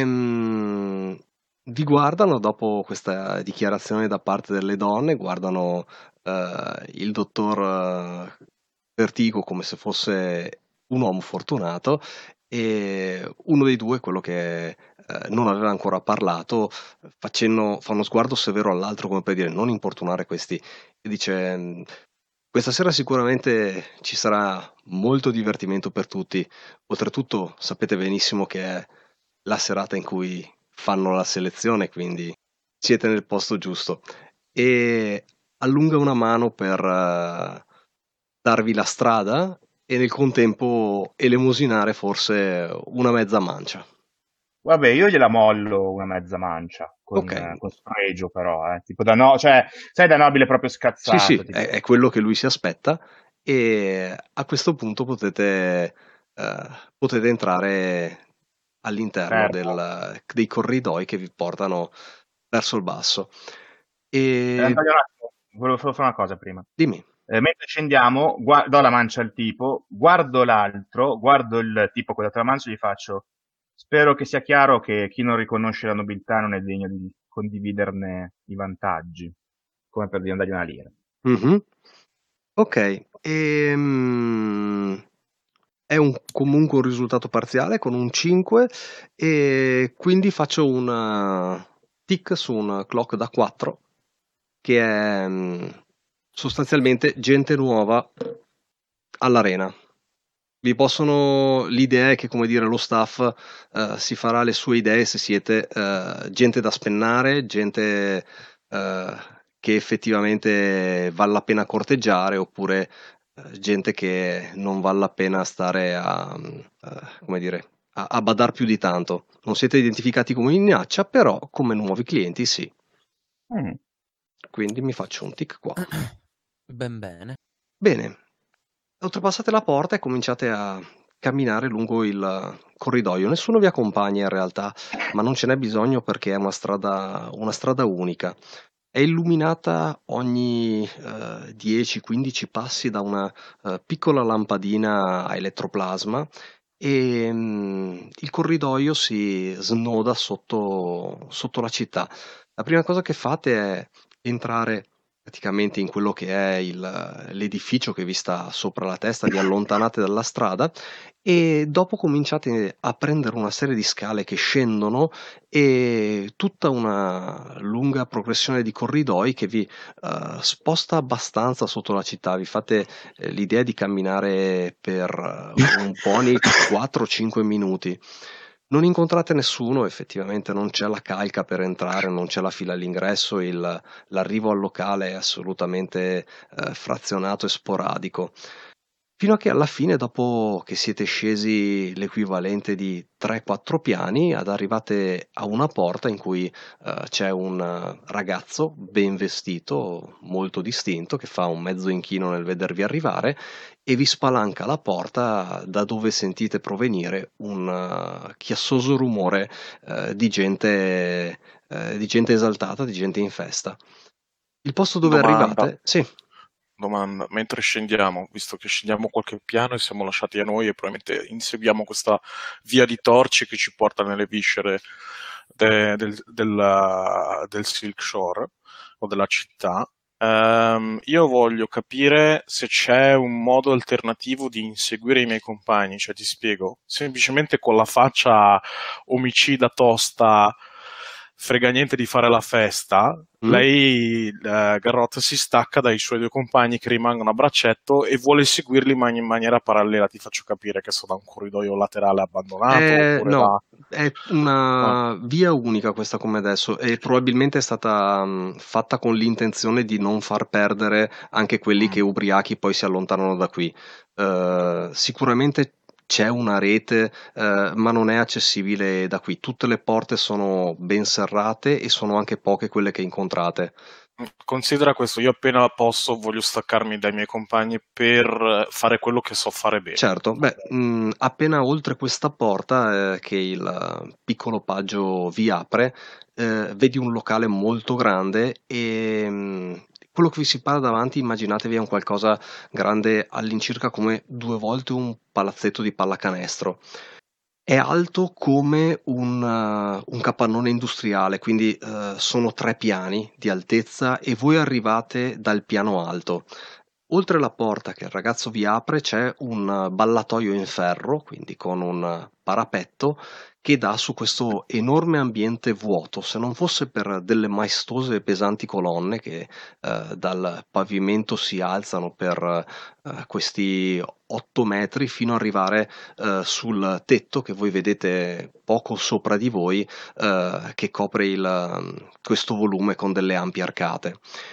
e vi guardano dopo questa dichiarazione da parte delle donne, guardano eh, il dottor eh, Vertigo come se fosse un uomo fortunato e uno dei due, quello che eh, non aveva ancora parlato, facendo, fa uno sguardo severo all'altro come per dire non importunare questi e dice "Mm, questa sera sicuramente ci sarà molto divertimento per tutti, oltretutto sapete benissimo che è la serata in cui fanno la selezione, quindi siete nel posto giusto. E allunga una mano per eh, darvi la strada e nel contempo elemosinare forse una mezza mancia. Vabbè, io gliela mollo una mezza mancia, con, Ok, eh, con spregio però, eh. Tipo da no, cioè, sai da nobile proprio sì, sì, scazzato, tipo. è, è quello che lui si aspetta e a questo punto potete, eh, potete entrare all'interno Certo. del- dei corridoi che vi portano verso il basso. Eh, E Antonio, un attimo, volevo solo fare una cosa prima. dimmi. Eh, mentre scendiamo, gua- do la mancia al tipo, guardo l'altro, guardo il tipo con la tua mancia e gli faccio: spero che sia chiaro che chi non riconosce la nobiltà non è degno di condividerne i vantaggi, come per dire dargli una lira. Mhm. Ok, ehm, è un- comunque un risultato parziale con un cinque e quindi faccio un eh, tick su un clock da quattro che è mm, sostanzialmente gente nuova all'arena. Vi possono, l'idea è che, come dire, lo staff eh, si farà le sue idee se siete eh, gente da spennare, gente eh, che effettivamente vale la pena corteggiare, oppure eh, gente che non vale la pena stare a, eh, come dire, a, a badar più di tanto. Non siete identificati come minaccia, però come nuovi clienti sì. Mm. Quindi mi faccio un tic qua. Ben bene. Bene, oltrepassate la porta e cominciate a camminare lungo il corridoio. Nessuno vi accompagna in realtà, ma non ce n'è bisogno perché è una strada, una strada unica. È illuminata ogni eh, dieci quindici passi da una eh, piccola lampadina a elettroplasma e mm, il corridoio si snoda sotto, sotto la città. La prima cosa che fate è entrare praticamente in quello che è il, l'edificio che vi sta sopra la testa, vi allontanate dalla strada e dopo cominciate a prendere una serie di scale che scendono e tutta una lunga progressione di corridoi che vi uh, sposta abbastanza sotto la città. Vi fate eh, l'idea di camminare per uh, un buoni quattro cinque minuti. Non incontrate nessuno, effettivamente non c'è la calca per entrare, non c'è la fila all'ingresso, il, l'arrivo al locale è assolutamente eh, frazionato e sporadico. Fino a che alla fine, dopo che siete scesi l'equivalente di tre quattro piani, ad arrivate a una porta in cui eh, c'è un eh, ragazzo ben vestito, molto distinto, che fa un mezzo inchino nel vedervi arrivare e vi spalanca la porta da dove sentite provenire un uh, chiassoso rumore uh, di gente, uh, di gente esaltata, di gente in festa. Il posto dove Domanda. arrivate? Sì. Domanda, mentre scendiamo, visto che scendiamo qualche piano e siamo lasciati a noi e probabilmente inseguiamo questa via di torce che ci porta nelle viscere de, del, del, del Silk Shore o della città, Um, io voglio capire se c'è un modo alternativo di inseguire i miei compagni, cioè ti spiego, semplicemente con la faccia omicida tosta, frega niente di fare la festa, mm. lei, uh, Garrot, si stacca dai suoi due compagni che rimangono a braccetto e vuole seguirli in, man- in maniera parallela. Ti faccio capire che sono da un corridoio laterale abbandonato Eh, oppure no, da... è una no. via unica questa come adesso e probabilmente è stata mh, fatta con l'intenzione di non far perdere anche quelli Mm. che ubriachi poi si allontanano da qui. Uh, sicuramente c'è una rete, uh, ma non è accessibile da qui. Tutte le porte sono ben serrate e sono anche poche quelle che incontrate. Considera questo, io appena posso voglio staccarmi dai miei compagni per fare quello che so fare bene. Certo, beh, mh, appena oltre questa porta eh, che il piccolo paggio vi apre, eh, vedi un locale molto grande e mh, quello che vi si para davanti, immaginatevi è un qualcosa grande all'incirca come due volte un palazzetto di pallacanestro. È alto come un, uh, un capannone industriale, quindi uh, sono tre piani di altezza e voi arrivate dal piano alto. Oltre la porta che il ragazzo vi apre c'è un ballatoio in ferro, quindi con un parapetto che dà su questo enorme ambiente vuoto. Se non fosse per delle maestose e pesanti colonne che eh, dal pavimento si alzano per eh, questi otto metri fino ad arrivare eh, sul tetto che voi vedete poco sopra di voi, eh, che copre il, questo volume con delle ampie arcate.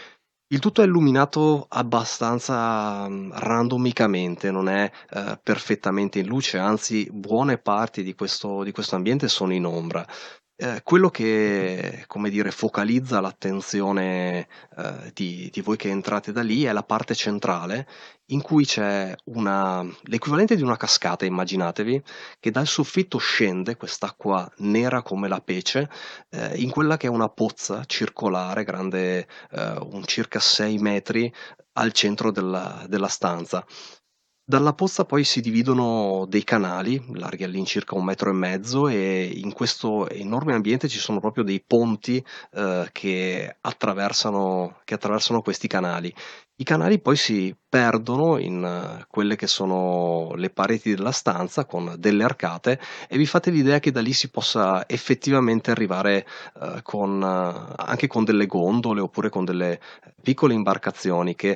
Il tutto è illuminato abbastanza mm, randomicamente, non è eh, perfettamente in luce, anzi buone parti di questo, di questo ambiente sono in ombra. Eh, quello che, come dire, focalizza l'attenzione eh, di, di voi che entrate da lì è la parte centrale in cui c'è una, l'equivalente di una cascata, immaginatevi, che dal soffitto scende quest'acqua nera come la pece eh, in quella che è una pozza circolare grande eh, un circa sei metri al centro della, della stanza. Dalla pozza poi si dividono dei canali, larghi all'incirca un metro e mezzo, e in questo enorme ambiente ci sono proprio dei ponti eh, che attraversano, che attraversano questi canali. I canali poi si perdono in eh, quelle che sono le pareti della stanza con delle arcate e vi fate l'idea che da lì si possa effettivamente arrivare eh, con, eh, anche con delle gondole oppure con delle piccole imbarcazioni che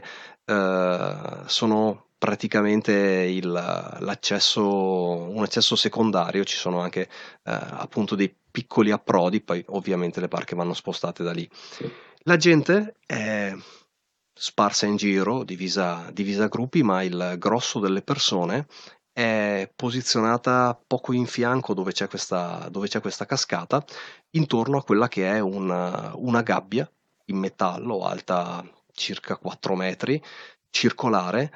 eh, sono praticamente il, l'accesso, un accesso secondario. Ci sono anche eh, appunto dei piccoli approdi, poi ovviamente le barche vanno spostate da lì. La gente è sparsa in giro, divisa, divisa a gruppi, ma il grosso delle persone è posizionata poco in fianco dove c'è questa, dove c'è questa cascata, intorno a quella che è una, una gabbia in metallo alta circa quattro metri, circolare,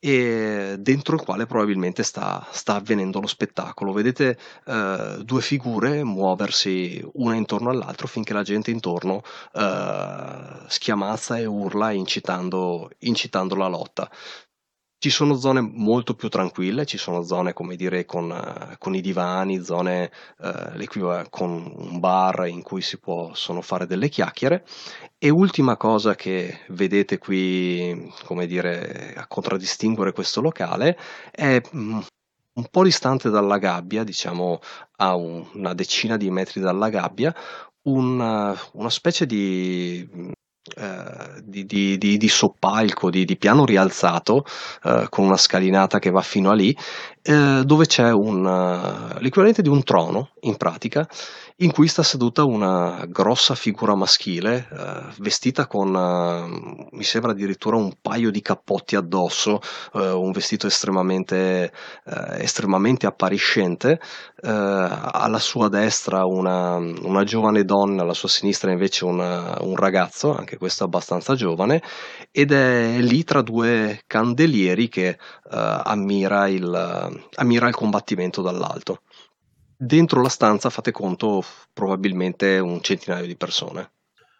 e dentro il quale probabilmente sta, sta avvenendo lo spettacolo. Vedete eh, due figure muoversi una intorno all'altra finché la gente intorno eh, schiamazza e urla incitando, incitando la lotta. Ci sono zone molto più tranquille, ci sono zone, come dire, con, eh, con i divani, zone eh, l'equiva- con un bar in cui si possono fare delle chiacchiere. E ultima cosa che vedete qui, come dire, a contraddistinguere questo locale è mm, un po' distante dalla gabbia, diciamo a un- una decina di metri dalla gabbia, una, una specie di, mm, eh, di, di- di- di soppalco, di, di piano rialzato, eh, con una scalinata che va fino a lì, eh, dove c'è un, eh, l'equivalente di un trono, in pratica, in cui sta seduta una grossa figura maschile, eh, vestita con, eh, mi sembra addirittura un paio di cappotti addosso, eh, un vestito estremamente, eh, estremamente appariscente. Eh, alla sua destra una, una giovane donna, alla sua sinistra invece una- un ragazzo, anche questo abbastanza giovane, ed è lì tra due candelieri che eh, ammira il, ammira il combattimento dall'alto. Dentro la stanza, fate conto, probabilmente un centinaio di persone.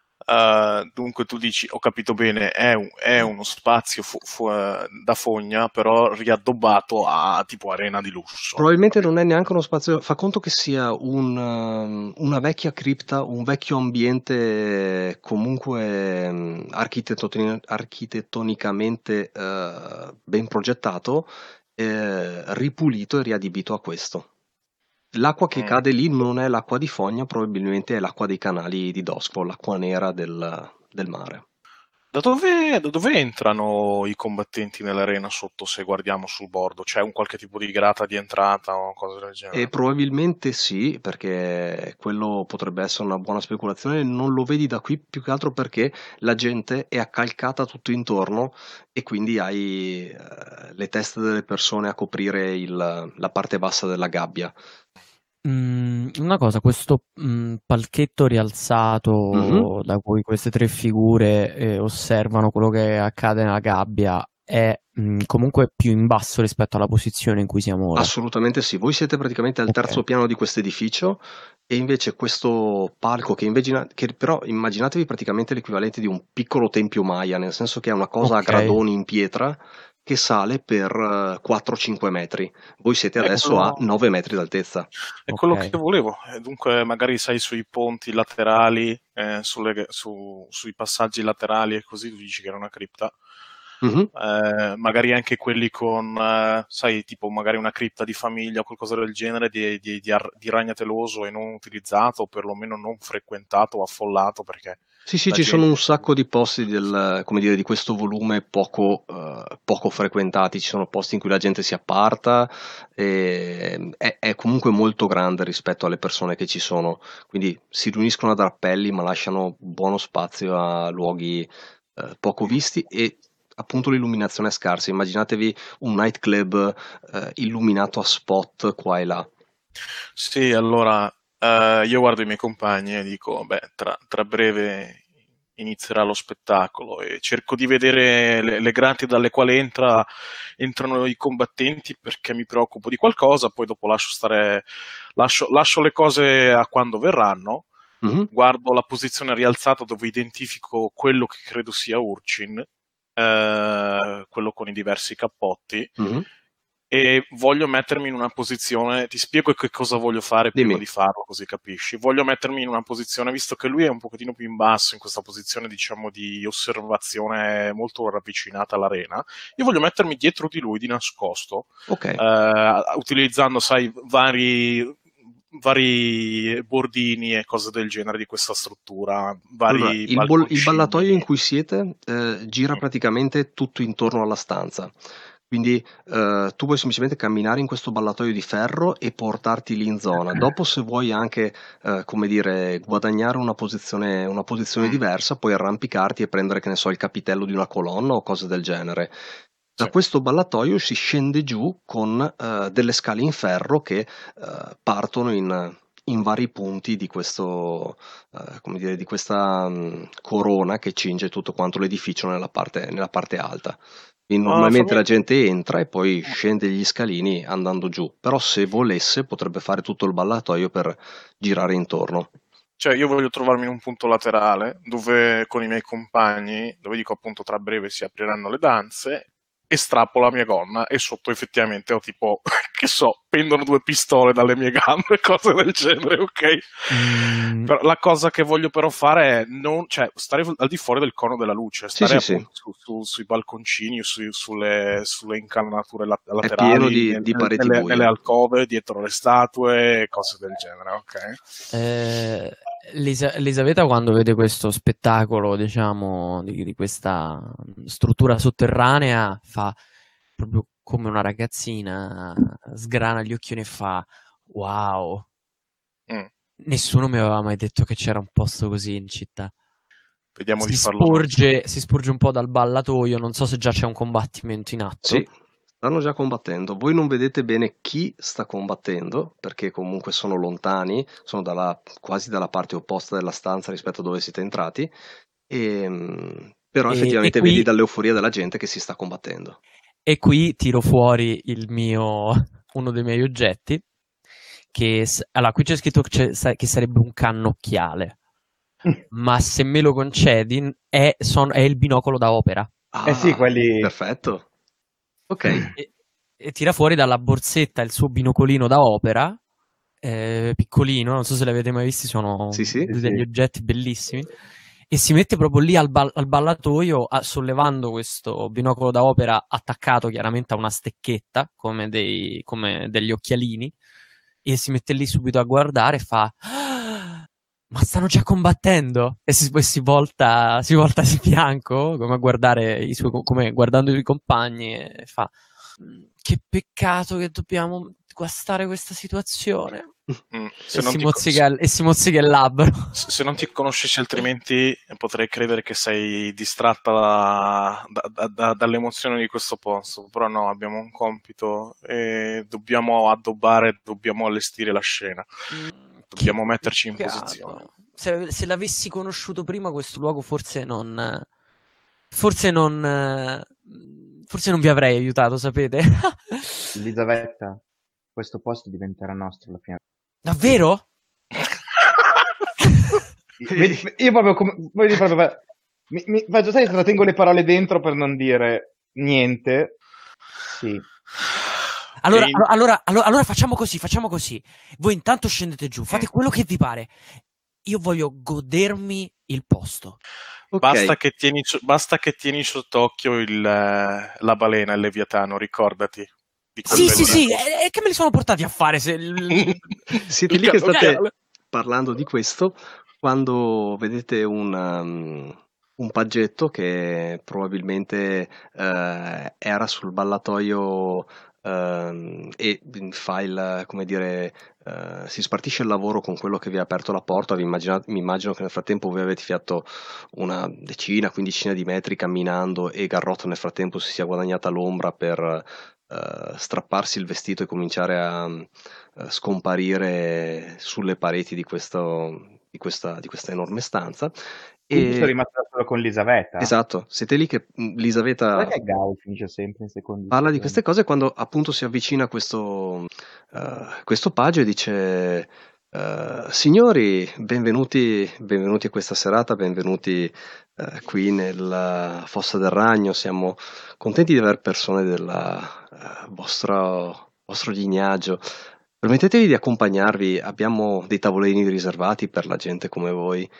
Uh, dunque tu dici, ho capito bene, è, un, è uno spazio fu, fu, uh, da fogna, però riaddobbato a tipo arena di lusso. Probabilmente non è neanche uno spazio, fa conto che sia un, um, una vecchia cripta, un vecchio ambiente comunque um, architettoni- architettonicamente uh, ben progettato, eh, ripulito e riadibito a questo. L'acqua che Mm. cade lì non è l'acqua di fogna, probabilmente è l'acqua dei canali di Doskvol, l'acqua nera del, del mare. Da dove, da dove entrano i combattenti nell'arena sotto, se guardiamo sul bordo? C'è un qualche tipo di grata di entrata o cose del genere? E probabilmente sì, perché quello potrebbe essere una buona speculazione. Non lo vedi da qui più che altro perché la gente è accalcata tutto intorno e quindi hai eh, le teste delle persone a coprire il- la parte bassa della gabbia. Mm, una cosa, questo mm, palchetto rialzato Mhm. da cui queste tre figure eh, osservano quello che accade nella gabbia è mm, comunque più in basso rispetto alla posizione in cui siamo ora. Assolutamente sì, voi siete praticamente al terzo Ok. piano di questo edificio e invece questo palco che, invece, che però immaginatevi praticamente l'equivalente di un piccolo tempio Maya, nel senso che è una cosa a Ok. gradoni in pietra che sale per eh, quattro cinque metri. Voi siete È adesso a quello, nove metri d'altezza. è quello Ok. che volevo. Eh, Dunque, magari sai sui ponti laterali, eh, sulle- su- sui passaggi laterali e così, tu dici che era una cripta. Mhm. Eh, magari anche quelli con, eh, sai, tipo magari una cripta di famiglia o qualcosa del genere di, di, di, ar- di ragnateloso e non utilizzato, o perlomeno non frequentato o affollato, perché Sì, sì, la ci sono gente... un sacco di posti del, come dire, di questo volume poco, eh, poco frequentati, ci sono posti in cui la gente si apparta, e è, è comunque molto grande rispetto alle persone che ci sono, quindi si riuniscono ad rappelli ma lasciano buono spazio a luoghi eh, poco visti e appunto l'illuminazione è scarsa. Immaginatevi un nightclub eh, illuminato a spot qua e là. Sì, allora eh, io guardo i miei compagni e dico, beh, tra, tra breve inizierà lo spettacolo e cerco di vedere le, le grate dalle quali entra, entrano i combattenti perché mi preoccupo di qualcosa, poi dopo lascio stare, lascio, lascio le cose a quando verranno, Mhm, guardo la posizione rialzata dove identifico quello che credo sia Urchin, eh, quello con i diversi cappotti, mhm. e voglio mettermi in una posizione, ti spiego che cosa voglio fare prima Dimmi. di farlo, così capisci. Voglio mettermi in una posizione, visto che lui è un pochettino più in basso, in questa posizione, diciamo, di osservazione molto ravvicinata all'arena, io voglio mettermi dietro di lui, di nascosto, Ok. eh, utilizzando, sai, vari vari bordini e cose del genere di questa struttura, Allora, vari il, bol- il ballatoio in balconcini. cui siete eh, gira praticamente tutto intorno alla stanza. Quindi eh, tu puoi semplicemente camminare in questo ballatoio di ferro e portarti lì in zona. Dopo, se vuoi anche, eh, come dire, guadagnare una posizione, una posizione Mm, diversa, puoi arrampicarti e prendere, che ne so, il capitello di una colonna o cose del genere. Da sì. questo ballatoio si scende giù con eh, delle scale in ferro che eh, partono in, in vari punti di questo, eh, come dire, di questa mh, corona che cinge tutto quanto l'edificio nella parte, nella parte alta. Quindi Ah, normalmente fammi... la gente entra e poi scende gli scalini andando giù, però se volesse potrebbe fare tutto il ballatoio per girare intorno. Cioè, io voglio trovarmi in un punto laterale dove con i miei compagni, dove dico appunto tra breve si apriranno le danze, e strappo la mia gonna e sotto effettivamente ho tipo, che so, pendono due pistole dalle mie gambe, cose del genere, ok? Mm. Però la cosa che voglio però fare è non, cioè, stare al di fuori del cono della luce, stare sì, appunto sì, su, su, sui balconcini, su, sulle, sulle incanalature lat- è laterali, pieno di, nel, di pareti nelle, buie. nelle alcove, dietro le statue, cose del genere, ok? Eh, Lisa- Elisabetta, quando vede questo spettacolo, diciamo, di, di questa struttura sotterranea, fa proprio come una ragazzina, sgrana gli occhioni e fa wow, Mm. nessuno mi aveva mai detto che c'era un posto così in città. Vediamo Si di farlo sporge, si sporge un po' dal ballatoio, non so se già c'è un combattimento in atto. Sì, stanno già combattendo. Voi non vedete bene chi sta combattendo, perché comunque sono lontani, sono dalla, quasi dalla parte opposta della stanza rispetto a dove siete entrati, e, però E- effettivamente e qui- vedi dall'euforia della gente che si sta combattendo. E qui tiro fuori il mio, uno dei miei oggetti, che s- allora qui c'è scritto che, c'è- sa- che sarebbe un cannocchiale, ma se me lo concedi è, son- è il binocolo da opera. Ah, Eh sì, quelli... perfetto. Ok. E, e tira fuori dalla borsetta il suo binocolino da opera, eh, piccolino, non so se l'avete mai visti, sono Sì, sì. degli sì. oggetti bellissimi. E si mette proprio lì al, bal- al ballatoio, a- sollevando questo binocolo da opera attaccato chiaramente a una stecchetta, come, dei, come degli occhialini, e si mette lì subito a guardare e fa "Ah, ma stanno già combattendo?" E si, poi si volta, si volta di fianco, come, a guardare i suoi, come guardando i suoi compagni, e fa che peccato che dobbiamo guastare questa situazione. Mm. Se E, non si ti- mozzica, il- e si mozzica il labbro. Se se non ti conoscessi altrimenti potrei credere che sei distratta da- da- da- da- dalle emozioni di questo posto, però no, abbiamo un compito e dobbiamo addobbare, dobbiamo allestire la scena, dobbiamo Che metterci in peccato. posizione. Se, se l'avessi conosciuto prima questo luogo forse non... Forse non... Forse non vi avrei aiutato, sapete? Elisabetta, questo posto diventerà nostro alla fine. Davvero? Vedi, io proprio come... Vedi proprio... Mi, mi, faccio, sai, tengo le parole dentro per non dire niente. Sì. Allora, in... allora, allora, allora facciamo così, facciamo così. Voi intanto scendete giù, fate Mm. quello che vi pare. Io voglio godermi il posto. Ok. Basta che tieni, basta che tieni sott'occhio il, la balena, il leviatano, ricordati. Di quel Sì, bel sì, sì, libro. e, e che me li sono portati a fare? Se... Siete Il lì che state cannocchiale. parlando di questo quando vedete un, um, un paggetto che probabilmente eh, era sul ballatoio ehm, e fa il, come dire, eh, si spartisce il lavoro con quello che vi ha aperto la porta. Vi immagina- mi immagino che nel frattempo voi avete fatto una decina, quindicina di metri camminando e Garrotto nel frattempo si sia guadagnata l'ombra per eh, strapparsi il vestito e cominciare a eh, scomparire sulle pareti di, questo, di, questa, di questa enorme stanza. Quindi E... sono rimasto solo con Elisabetta. Esatto, siete lì che mh, Elisabetta Perché Gao finisce sempre in secondi parla di stagioni? queste cose quando appunto si avvicina questo, eh, questo paggio e dice eh, signori, benvenuti, benvenuti a questa serata, benvenuti eh, qui nella Fossa del Ragno, siamo contenti di aver persone del eh, vostro, vostro lignaggio. Permettetevi di accompagnarvi, abbiamo dei tavolini riservati per la gente come voi.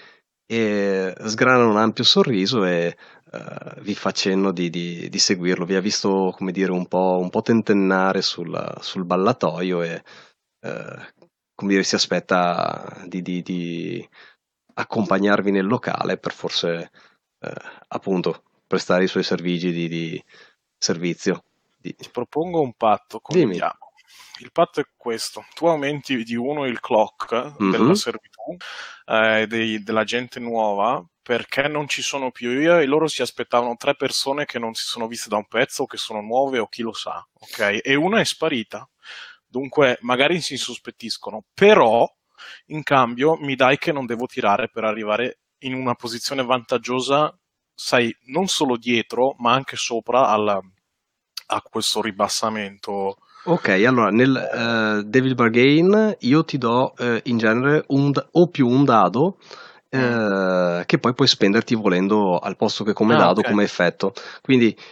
E sgrana un ampio sorriso e eh, vi fa cenno di, di- di seguirlo. Vi ha visto, come dire, un po', un po' tentennare sul, sul ballatoio e, eh, come dire, si aspetta di, di- di accompagnarvi nel locale per forse, eh, appunto, prestare i suoi servigi di, di servizio. Di- Ti propongo un patto, Dimmi. condividiamo. Il patto è questo: tu aumenti di uno il clock Mhm. della servitù eh, dei- della gente nuova, perché non ci sono più io e loro si aspettavano tre persone che non si sono viste da un pezzo o che sono nuove o chi lo sa, ok? E una è sparita, dunque magari si insospettiscono, però in cambio mi dai che non devo tirare per arrivare in una posizione vantaggiosa, sai, non solo dietro ma anche sopra al, a questo ribassamento. Ok, allora nel eh, Devil Bargain io ti do eh, in genere un d- o più un dado eh, che poi puoi spenderti volendo al posto che come Ah, dado ok. come effetto. Quindi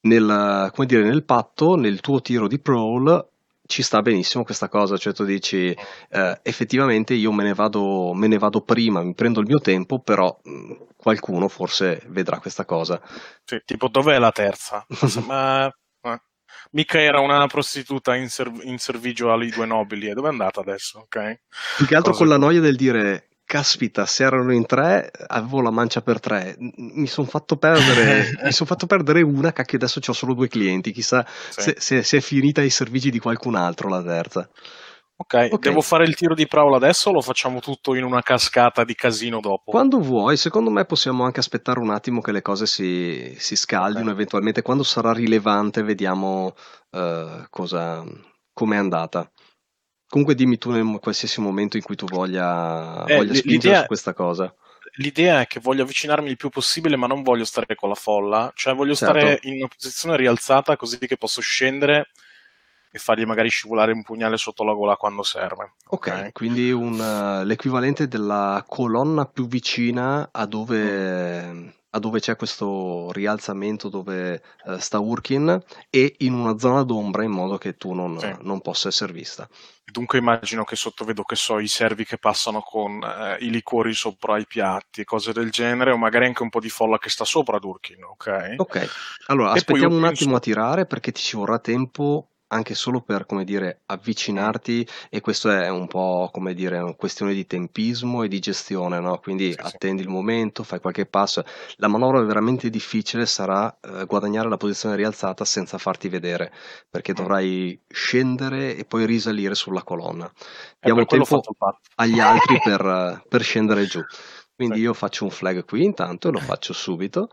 nel, come dire, nel patto, nel tuo tiro di Prowl, ci sta benissimo questa cosa, cioè tu dici eh, effettivamente io me ne vado, me ne vado prima, mi prendo il mio tempo, però mh, qualcuno forse vedrà questa cosa. Sì, tipo, dov'è la terza? Ma eh, mica era una prostituta in, serv- in servigio ai due nobili, e dove è andata adesso? Ok? Più che altro Cose con la così. noia del dire, caspita, se erano in tre, avevo la mancia per tre. M- Mi sono fatto perdere, mi son fatto perdere una, cacchio, adesso ho solo due clienti, chissà Sì. se, se- se è finita ai servigi di qualcun altro la terza. Ok, Ok, devo fare il tiro di Prowl adesso o lo facciamo tutto in una cascata di casino dopo? quando vuoi, secondo me possiamo anche aspettare un attimo che le cose si, si scaldino, Ok. eventualmente quando sarà rilevante vediamo eh, cosa, com'è andata. Comunque dimmi tu nel qualsiasi momento in cui tu voglia, Eh, voglia l- spingere su l'idea, questa cosa. l'idea è che voglio avvicinarmi il più possibile, ma non voglio stare con la folla, cioè voglio stare Certo. in una posizione rialzata così che posso scendere e fargli magari scivolare un pugnale sotto la gola quando serve. Ok, Ok? quindi un, eh, l'equivalente della colonna più vicina a Mm, dove, a dove c'è questo rialzamento dove eh, sta Urkin e in una zona d'ombra in modo che tu non, sì. non possa essere vista. Dunque immagino che sotto vedo che so i servi che passano con eh, i liquori sopra i piatti, cose del genere, o magari anche un po' di folla che sta sopra Durkin, ok? Ok, allora E poi io aspettiamo un attimo a penso, tirare perché ti ci vorrà tempo anche solo per, come dire, mm, avvicinarti e questo è un po', come dire, una questione di tempismo e di gestione, no? Quindi sì, sì, attendi il momento, fai qualche passo. La manovra veramente difficile sarà eh, guadagnare la posizione rialzata senza farti vedere, perché mm. dovrai scendere e poi risalire sulla colonna. E Diamo per quello ho fatto tempo il patto. agli altri per, eh, per scendere giù. Sì. Quindi io faccio un flag qui intanto e lo faccio subito.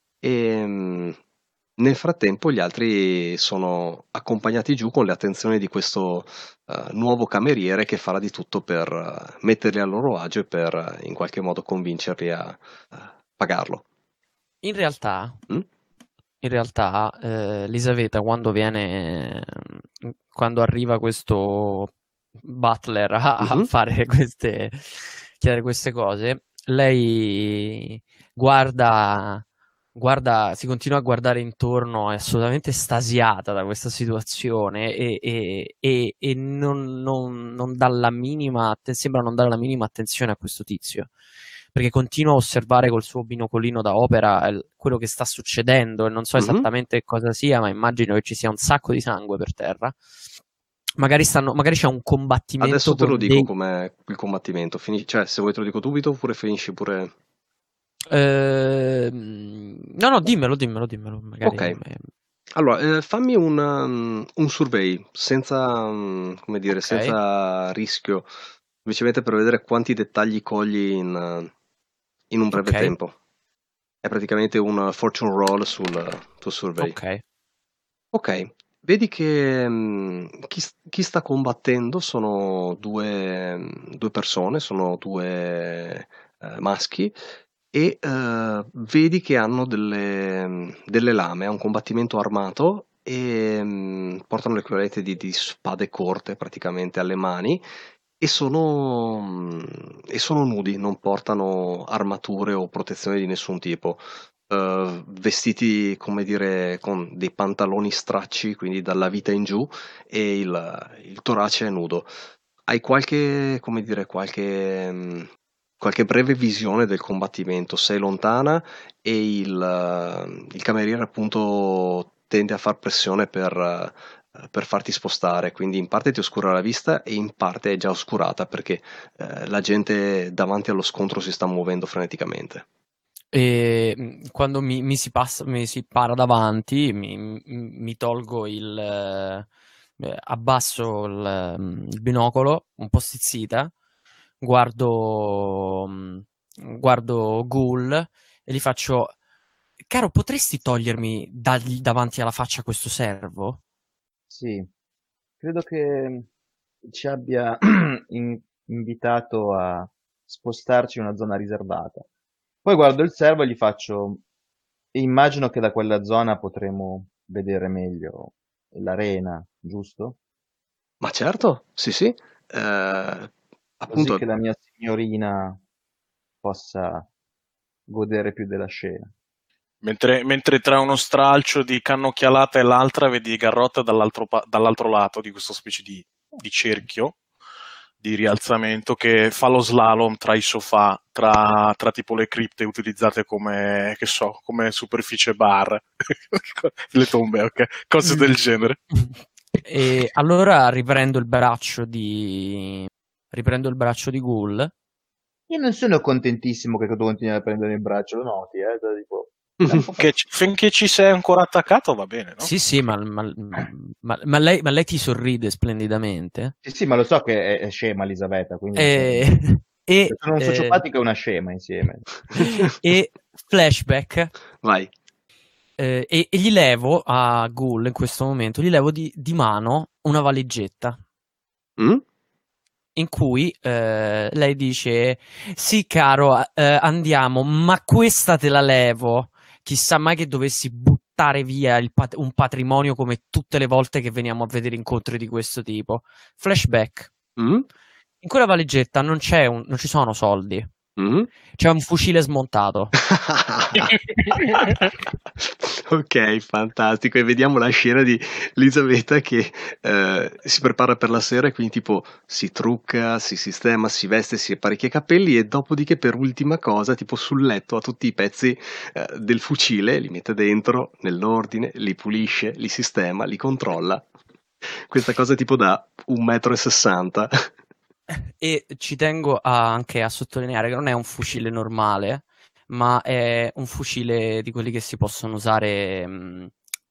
E mm, nel frattempo gli altri sono accompagnati giù con le attenzioni di questo eh, nuovo cameriere che farà di tutto per eh, metterli a loro agio e per eh, in qualche modo convincerli a a pagarlo. In realtà, Mm? in realtà, eh, Elisaveta, quando viene, quando arriva questo butler a, a Mhm. fare queste, chiedere queste cose, lei guarda, guarda, si continua a guardare intorno, è assolutamente estasiata da questa situazione e, e- e- e non, non- non dà la minima, atte- sembra non dare la minima attenzione a questo tizio perché continua a osservare col suo binocolino da opera il- quello che sta succedendo e non so Mhm. esattamente cosa sia, ma immagino che ci sia un sacco di sangue per terra. Magari, stanno, magari c'è un Adesso combattimento te lo con dico dei... com'è il combattimento. Fini- cioè, se vuoi te lo dico subito oppure finisci pure. Ehm, No, no, dimmelo, dimmelo, dimmelo. Magari... Ok. Allora, eh, fammi un, um, un survey senza, um, come dire, Ok, senza rischio, semplicemente per vedere quanti dettagli cogli in, uh, in un breve ok, tempo. È praticamente un fortune roll sul tuo survey. ok, Ok, vedi che mm, chi, chi sta combattendo sono due, mm, due persone, sono due eh, maschi e eh, vedi che hanno delle, mm, delle lame, è un combattimento armato e mm, portano l'equivalente di, di spade corte praticamente alle mani e sono, mm, e sono nudi, non portano armature o protezioni di nessun tipo. Eh, vestiti, come dire, con dei pantaloni stracci, quindi dalla vita in giù, e il, il torace è nudo. Hai qualche, come dire, qualche, mh, qualche breve visione del combattimento. Sei lontana e il, eh, il cameriere appunto tende a far pressione per, eh, per farti spostare, quindi in parte ti oscura la vista e in parte è già oscurata perché eh, la gente davanti allo scontro si sta muovendo freneticamente. E mh, quando mi, mi si passa, mi si para davanti, mi, mi- mi tolgo il, eh, eh, abbasso il, mm, il binocolo, un po' stizzita, guardo, mh, guardo Ghoul e gli faccio, caro, potresti togliermi da- davanti alla faccia questo servo? Sì, credo che ci abbia in- invitato a spostarci in una zona riservata. Poi guardo il servo e gli faccio, e immagino che da quella zona potremo vedere meglio l'arena, giusto? Ma certo, sì, sì. Eh, Così appunto, che la mia signorina possa godere più della scena. Mentre, mentre tra uno stralcio di cannocchialata e l'altra vedi Garrotta dall'altro, pa- dall'altro lato di questa specie di, di cerchio di rialzamento che fa lo slalom tra i sofà, tra, tra tipo le cripte utilizzate come, che so, come superficie bar, le tombe, ok? Cose del genere. E allora riprendo il braccio di riprendo il braccio di Ghoul. Io non sono contentissimo che tu continui a prendere il braccio, lo noti, eh? Cioè, tipo, è un po' Che ci- finché ci sei ancora attaccato va bene, no? Sì, sì, ma, ma- ma- ma lei, ma lei ti sorride splendidamente. Sì, sì, ma lo so che è, è scema Elisabetta, quindi E, insomma, e, sono un eh, sociopatico e una scema insieme. e flashback. Vai. eh, e, e gli levo a Ghoul in questo momento, gli levo di, di mano una valigetta Mm? in cui eh, lei dice: sì, caro, eh, andiamo, ma questa te la levo. Chissà mai che dovessi buttare via il pat- un patrimonio come tutte le volte che veniamo a vedere incontri di questo tipo. Flashback. Mm? In quella valigetta non, c'è un- non ci sono soldi, Mm? c'è un fucile smontato. Ok, fantastico. E vediamo la scena di Elisabetta che eh, si prepara per la sera e quindi tipo si trucca, si sistema, si veste, si apparecchia i capelli e dopodiché per ultima cosa tipo sul letto ha tutti i pezzi eh, del fucile, li mette dentro nell'ordine, li pulisce, li sistema, li controlla. Questa cosa tipo da un metro e sessanta. E ci tengo a- anche a sottolineare che non è un fucile normale, ma è un fucile di quelli che si possono usare mh,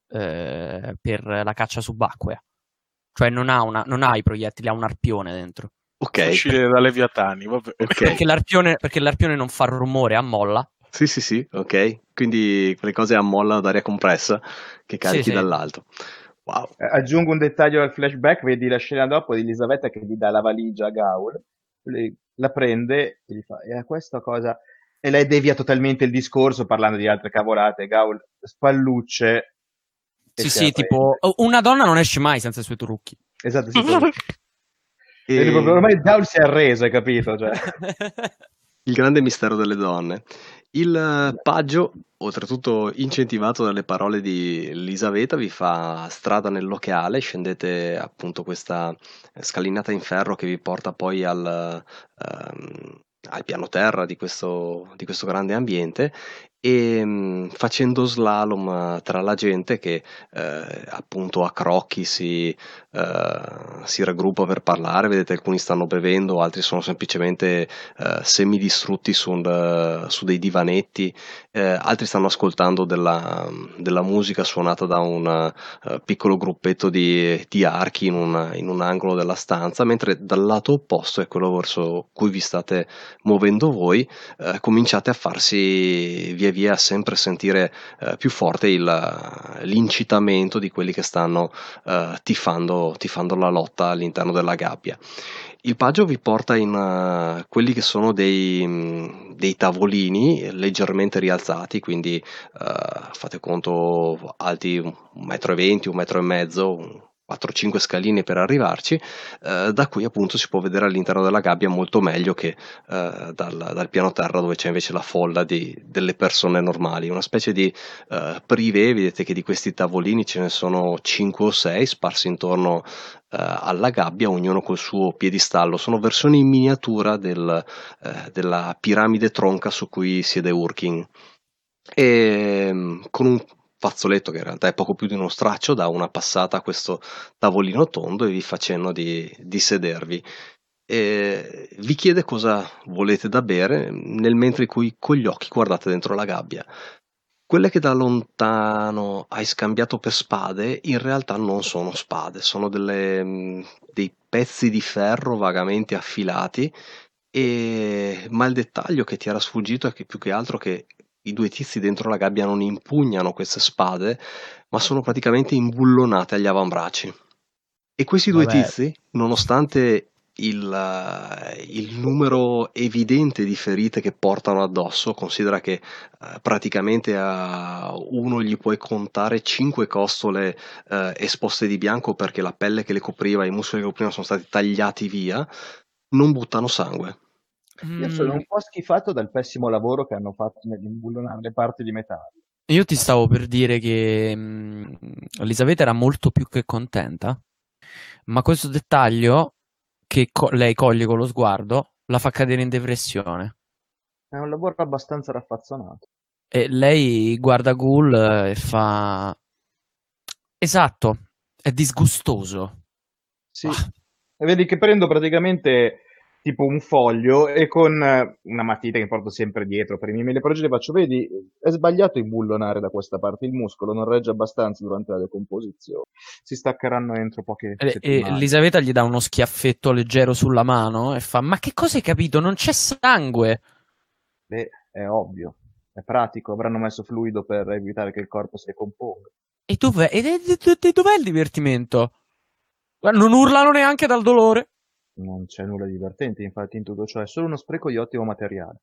eh, per la caccia subacquea. Cioè non ha, una, non ha i proiettili, ha un arpione dentro. Ok, Fucile da Leviatani, vabbè. ok. Perché l'arpione, perché l'arpione non fa rumore, ammolla. Sì, sì, sì, ok. Quindi quelle cose a molla ad aria compressa che Sì, carichi sì. dall'alto. Wow. Eh, Aggiungo un dettaglio al flashback, vedi la scena dopo di Elisabetta che gli dà la valigia a Gaul, lei la prende e gli fa, e a questa cosa, e lei devia totalmente il discorso parlando di altre cavolate, Gaul spallucce e Sì, si sì, tipo arrende. una donna non esce mai senza i suoi trucchi. Esatto, sì, proprio. E Vedi, proprio ormai Gaul si è arreso, hai capito? Cioè. il grande mistero delle donne. Il eh, paggio, oltretutto incentivato dalle parole di Elisabetta, vi fa strada nel locale, scendete appunto questa scalinata in ferro che vi porta poi al, ehm, al piano terra di questo, di questo grande ambiente e mh, facendo slalom eh, tra la gente che eh, appunto a crocchi si, eh, si raggruppa per parlare, vedete alcuni stanno bevendo, altri sono semplicemente eh, semidistrutti su, un- su dei divanetti, eh, altri stanno ascoltando della, della musica suonata da un eh, piccolo gruppetto di, di archi in un, in un angolo della stanza, mentre dal lato opposto, è quello verso cui vi state muovendo voi, eh, cominciate a farsi via via sempre sentire eh, più forte il, l'incitamento di quelli che stanno eh, tifando, tifando la lotta all'interno della gabbia. Il paggio vi porta in uh, quelli che sono dei, mh, dei tavolini leggermente rialzati, quindi uh, fate conto alti un metro e venti, un metro e mezzo, quattro cinque scaline per arrivarci, uh, da cui appunto si può vedere all'interno della gabbia molto meglio che uh, dal, dal piano terra dove c'è invece la folla di, delle persone normali, una specie di uh, privé. Vedete che di questi tavolini ce ne sono cinque o sei sparsi intorno alla gabbia, ognuno col suo piedistallo. Sono versioni in miniatura del, eh, della piramide tronca su cui siede Urkin, e con un fazzoletto che in realtà è poco più di uno straccio dà una passata a questo tavolino tondo e vi fa cenno di, di sedervi. E vi chiede cosa volete da bere nel mentre in cui con gli occhi guardate dentro la gabbia. Quelle che da lontano hai scambiato per spade, in realtà non sono spade, sono delle, mh, dei pezzi di ferro vagamente affilati, e... ma il dettaglio che ti era sfuggito è che più che altro che i due tizi dentro la gabbia non impugnano queste spade, ma sono praticamente imbullonate agli avambracci. E questi due Vabbè, tizi, nonostante il, eh, il numero evidente di ferite che portano addosso, considera che eh, praticamente a uno gli puoi contare cinque costole eh, esposte di bianco perché la pelle che le copriva, i muscoli che le coprivano sono stati tagliati via, non buttano sangue. Io sono mm, un po' schifato dal pessimo lavoro che hanno fatto nell'imbullonare le parti di metallo. Io ti stavo per dire che mh, Elisabetta era molto più che contenta, ma questo dettaglio che co- lei coglie con lo sguardo la fa cadere in depressione. È un lavoro abbastanza raffazzonato. E lei guarda Ghoul eh, e fa... Esatto, è disgustoso. Sì. Ah, E vedi che prendo praticamente tipo un foglio e con eh, una matita che porto sempre dietro per i miei progetti faccio, vedi, è sbagliato imbullonare da questa parte, il muscolo non regge abbastanza durante la decomposizione. Si staccheranno entro poche e, e settimane. Elisabetta gli dà uno schiaffetto leggero sulla mano e fa: Ma che cosa hai capito? Non c'è sangue! Beh, è ovvio, è pratico, avranno messo fluido per evitare che il corpo si decomponga. E dov'è, ed è- ed è- dov'è il divertimento? Guarda, non urlano neanche dal dolore. Non c'è nulla di divertente, infatti, in tutto ciò è solo uno spreco di ottimo materiale.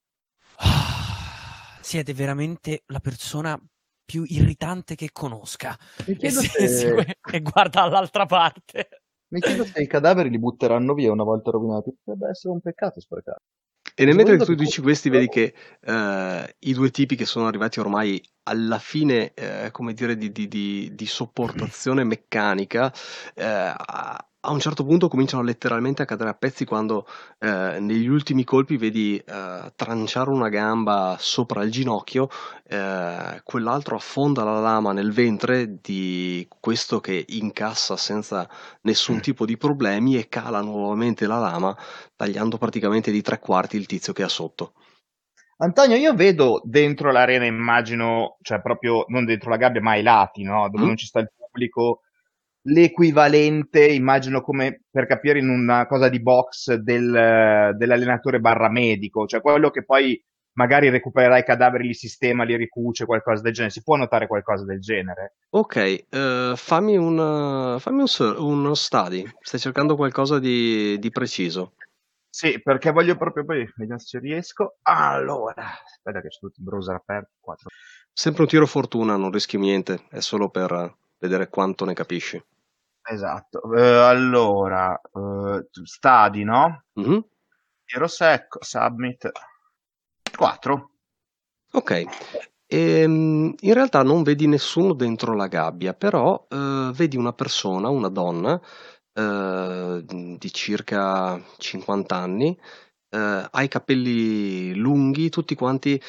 Ah, siete veramente la persona più irritante che conosca. Mi E, chiedo si- si- se, e guarda all'altra parte. mi chiedo se i cadaveri li butteranno via una volta rovinati. Potrebbe essere un peccato sprecare. E nel mentre che Svolgo tu che dici co- questi, vedi che eh, i due tipi che sono arrivati ormai alla fine, eh, come dire, di, di- di- di sopportazione meccanica, eh, a, a un certo punto cominciano letteralmente a cadere a pezzi quando eh, negli ultimi colpi vedi eh, tranciare una gamba sopra il ginocchio, eh, quell'altro affonda la lama nel ventre di questo che incassa senza nessun tipo di problemi e cala nuovamente la lama tagliando praticamente di tre quarti il tizio che ha sotto. Antonio, io vedo dentro l'arena, immagino, cioè proprio non dentro la gabbia, ma ai lati, no? Dove Mm? non ci sta il pubblico, l'equivalente, immagino come per capire in una cosa di box del, dell'allenatore barra medico, cioè quello che poi magari recupererà i cadaveri, li sistema, li ricuce, qualcosa del genere. Si può notare qualcosa del genere? Ok, eh, fammi un, fammi un, sur- uno study. Stai cercando qualcosa di, di preciso. Sì, perché voglio proprio poi, vediamo se ci riesco. Allora, aspetta che c'è tutto il browser aperto, quattro. Sempre un tiro fortuna, non rischi niente, è solo per vedere quanto ne capisci. Esatto. Eh, allora, eh, stadi, no? Mhm. Tiro secco, submit, quattro. Ok, Ehm, in realtà non vedi nessuno dentro la gabbia, però eh, vedi una persona, una donna eh, di circa cinquanta anni, eh, ha i capelli lunghi, tutti quanti,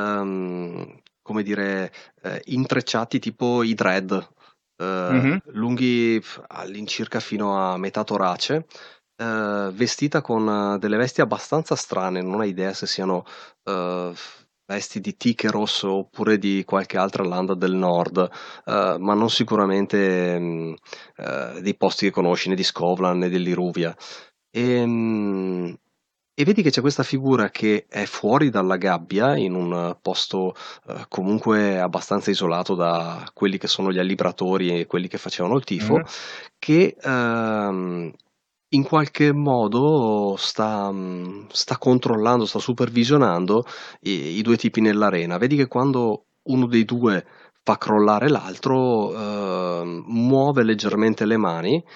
ehm, come dire, eh, intrecciati tipo i dread, eh, Mhm. lunghi f- all'incirca fino a metà torace, eh, vestita con eh, delle vesti abbastanza strane, non hai idea se siano eh, vesti di Tycheros oppure di qualche altra landa del nord, eh, ma non sicuramente mh, eh, dei posti che conosci, né di Scotland né dell'Iruvia. E, mh, e vedi che c'è questa figura che è fuori dalla gabbia, in un posto eh, comunque abbastanza isolato da quelli che sono gli allibratori e quelli che facevano il tifo, Mhm. che ehm, in qualche modo sta, mh, sta controllando, sta supervisionando i, i due tipi nell'arena. Vedi che quando uno dei due fa crollare l'altro, ehm, muove leggermente le mani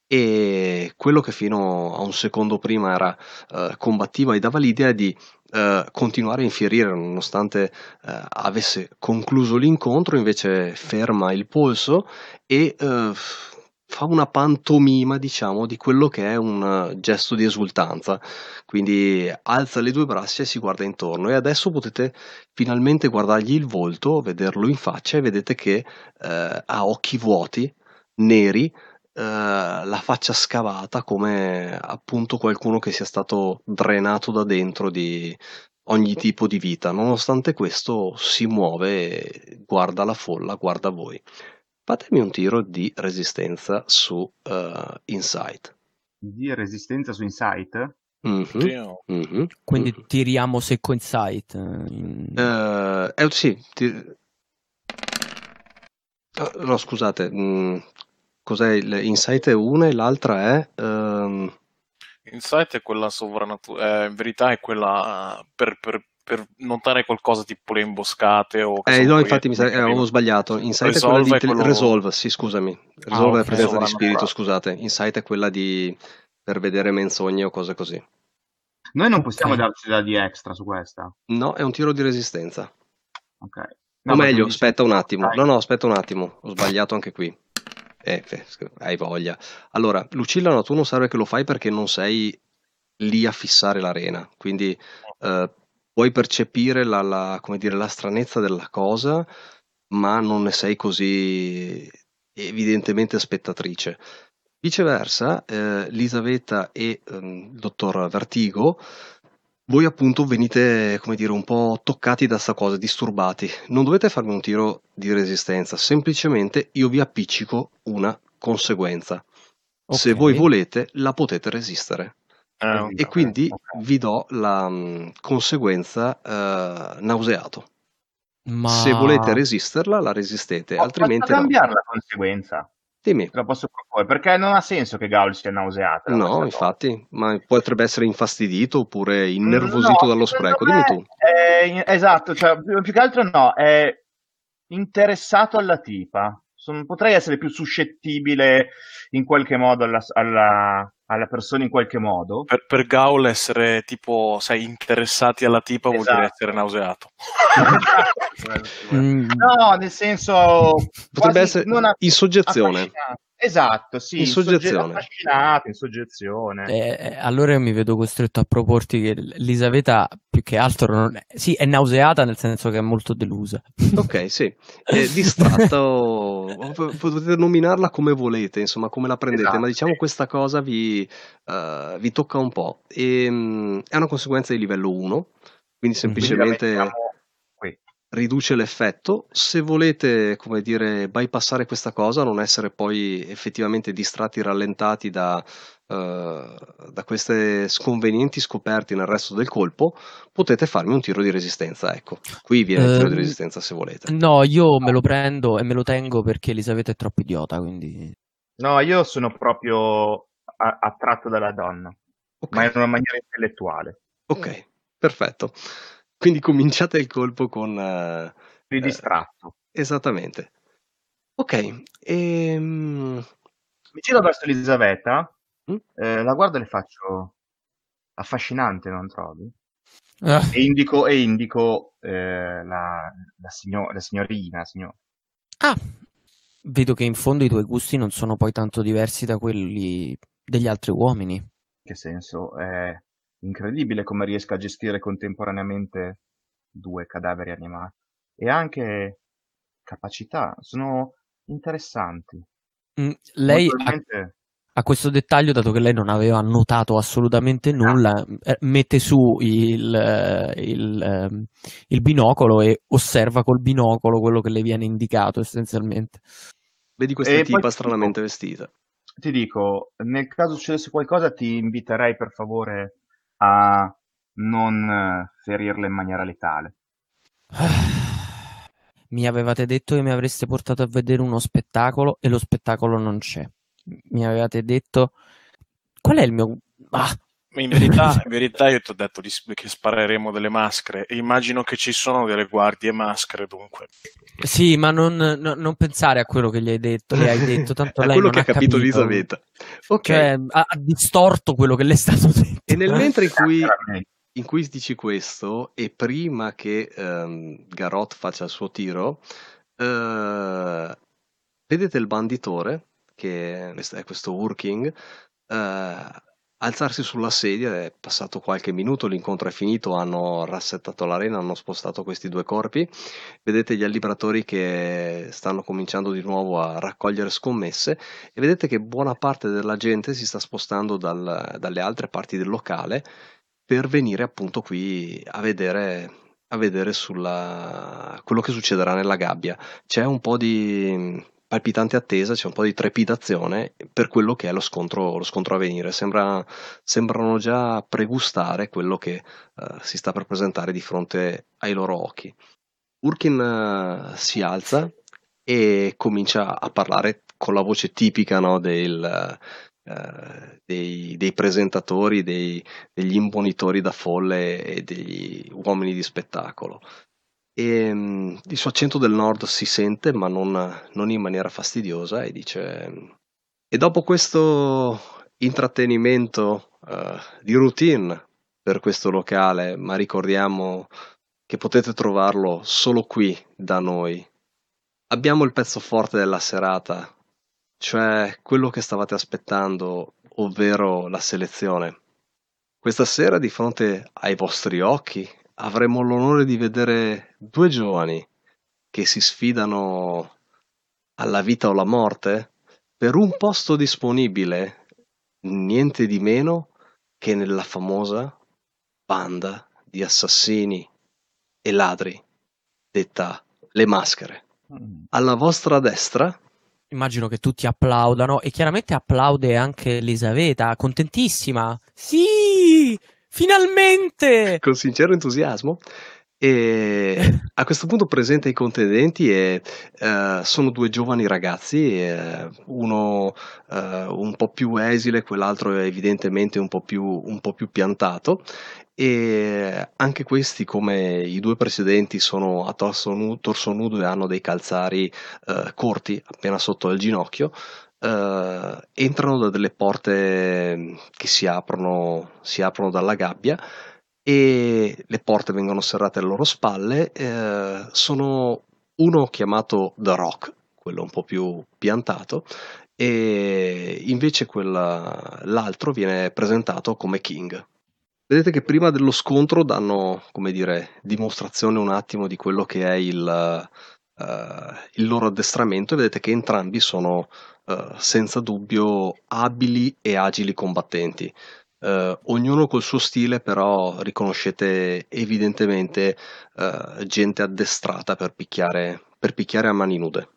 e quello che fino a un secondo prima era eh, combattiva e dava l'idea di eh, continuare a infierire nonostante eh, avesse concluso l'incontro, invece ferma il polso e eh, fa una pantomima, diciamo, di quello che è un eh, gesto di esultanza. Quindi alza le due braccia e si guarda intorno e adesso potete finalmente guardargli il volto, vederlo in faccia e vedete che eh, ha occhi vuoti, neri, eh, la faccia scavata come appunto qualcuno che sia stato drenato da dentro di ogni tipo di vita. Nonostante questo si muove e guarda la folla, guarda voi. Fatemi un tiro di resistenza su eh, Insight. Di resistenza su Insight? Mhm, Oddio. mhm, Quindi mhm. tiriamo secco insight. eh, in- Eh, eh, sì, ti- ah, no, scusate, mh, cos'è il Insight è una e l'altra è ehm, Insight è quella sovrannaturale, in verità è quella eh, per, per- per notare qualcosa tipo le imboscate o che Eh, sono no, infatti mi sa, proiettili eh, che avevo arrivano. sbagliato. Insight è quella di Resolve è intelli- quello Resolve, sì, scusami. Ah, Resolve è ok. presenza di spirito, sovrannaturale. scusate. Insight è quella di per vedere menzogne o cose così. Noi non Ok. possiamo darci da di extra su questa. No, è un tiro di resistenza. Ok. O No, ma tu meglio, mi dici aspetta un attimo. dai. No, no, aspetta un attimo. Ho sbagliato anche qui. Eh, fe- hai voglia. Allora, Lucilla, no, tu non serve che lo fai perché non sei lì a fissare l'arena. Quindi eh, puoi percepire la, la- come dire, la stranezza della cosa, ma non ne sei così evidentemente spettatrice. Viceversa, eh, Elisabetta e ehm, il dottor Vertigo, voi appunto venite, come dire, un po' toccati da sta cosa, disturbati. Non dovete farmi un tiro di resistenza, semplicemente io vi appiccico una conseguenza. Se voi Ok, volete, la potete resistere. Eh, E Resistere, quindi ok. vi do la mm, conseguenza eh, nauseato. Se volete ma resisterla, la resistete, Po- Posso altrimenti no. cambiare la conseguenza? Dimmi. Te la posso proporre, perché non ha senso che Gaul sia nauseato da No, questa cosa. infatti, ma potrebbe essere infastidito oppure Mm, No, innervosito dallo secondo spreco. Dimmi me tu. è esatto, cioè, più, più che altro no, è interessato alla tipa. Son- potrei essere più suscettibile in qualche modo alla, alla- alla persona in qualche modo. Per, per Gaul essere tipo, sai, interessati alla tipa vuol dire essere Esatto. nauseato. mm, No, nel senso Potrebbe quasi essere non a- in soggezione. affascinato. Esatto, sì, In in sogge- soggezione. affascinato, in soggezione. eh, eh, allora io mi vedo costretto a proporti che Elisabetta più che altro non è, sì, è nauseata nel senso che è molto delusa. Ok, sì. È distratta o p- potete nominarla come volete, insomma, come la prendete, ma Esatto, diciamo sì. questa cosa vi, eh, vi tocca un po'. E, mm, è una conseguenza di livello uno, quindi Mhm. Quindi la semplicemente mettiamo qui. riduce l'effetto. Se volete, come dire, bypassare questa cosa, non essere poi effettivamente distratti, rallentati da, eh, da queste sconvenienti scoperte nel resto del colpo, potete farmi un tiro di resistenza. Ecco, qui viene il tiro di Ehm, resistenza se volete. no, io me lo prendo e me lo tengo perché Elisabetta è troppo idiota, quindi... No, io sono proprio a- attratto dalla donna, Ok, ma in una maniera intellettuale. ok, perfetto. Quindi cominciate il colpo con... eh, Più eh, distratto. esattamente. Ok, ehm, Mi giro verso Elisabetta, mm? eh, la guardo e le faccio affascinante, non trovi? Ah, E indico, e indico eh, la, la, signo- la signorina, signor. ah, vedo che in fondo i tuoi gusti non sono poi tanto diversi da quelli degli altri uomini. Che senso? È incredibile come riesca a gestire contemporaneamente due cadaveri animati. E anche capacità, sono interessanti. Mm, lei Molto ha, probabilmente... ha questo dettaglio, dato che lei non aveva notato assolutamente Esatto. nulla, eh, mette su il, eh, il, ehm, il binocolo e osserva col binocolo quello che le viene indicato essenzialmente. Vedi questa E poi tipa ti dico, stranamente vestita. ti dico, nel caso succedesse qualcosa ti inviterei per favore a non eh, ferirla in maniera letale. Mi avevate detto che mi avreste portato a vedere uno spettacolo e lo spettacolo non c'è. Mi avevate detto... Qual è il mio... Ah! In verità, in verità io ti ho detto di, che spareremo delle maschere e immagino che ci sono delle guardie maschere, dunque. Sì, ma non, no- non pensare a quello che gli hai detto, che hai detto, tanto A lei quello non che ha ha capito capito. Elisabetta. Ok, Cioè, ha, ha distorto quello che le è stato detto. e nel mentre in cui, Chiaramente. in cui dici questo, e prima che ehm, Garot faccia il suo tiro, eh, vedete il banditore, che è questo Working, eh, alzarsi sulla sedia. È passato qualche minuto, l'incontro è finito, hanno rassettato l'arena, hanno spostato questi due corpi. Vedete gli alliberatori che stanno cominciando di nuovo a raccogliere scommesse e vedete che buona parte della gente si sta spostando dal- dalle altre parti del locale per venire appunto qui a vedere, a vedere sulla, quello che succederà nella gabbia. C'è un po' di palpitante attesa, c'è un po' di trepidazione per quello che è lo scontro, lo scontro a venire. Sembra, sembrano già pregustare quello che eh, si sta per presentare di fronte ai loro occhi. Urkin eh, si alza e comincia a parlare con la voce tipica, no, del, eh, dei, dei presentatori, dei, degli imbonitori da folle e degli uomini di spettacolo. E, mm, il suo accento del nord si sente, ma non, non in maniera fastidiosa, e dice: E dopo questo intrattenimento eh, di routine per questo locale, ma ricordiamo che potete trovarlo solo qui da noi. Abbiamo il pezzo forte della serata, cioè quello che stavate aspettando, ovvero la selezione. Questa sera, di fronte ai vostri occhi, avremo l'onore di vedere due giovani che si sfidano alla vita o alla morte per un posto disponibile, niente di meno che nella famosa banda di assassini e ladri, detta Le Maschere. Alla vostra destra, immagino che tutti applaudano e chiaramente applaude anche Elisaveta, contentissima. Sì, finalmente! con sincero entusiasmo, e a questo punto presenta i contendenti e eh, sono due giovani ragazzi, eh, uno eh, un po' più esile, quell'altro è evidentemente un po' più, un po' più piantato, e anche questi, come i due precedenti, sono a torso, nu- torso nudo e hanno dei calzari eh, corti appena sotto il ginocchio. Uh, entrano da delle porte che si aprono, si aprono dalla gabbia, e le porte vengono serrate alle loro spalle. Uh, sono uno chiamato The Rock, quello un po' più piantato, e invece quella, l'altro viene presentato come King. Vedete che prima dello scontro danno, come dire, dimostrazione un attimo di quello che è il, uh, il loro addestramento, e vedete che entrambi sono Uh, senza dubbio abili e agili combattenti, uh, ognuno col suo stile, però riconoscete evidentemente uh, gente addestrata per picchiare, per picchiare a mani nude.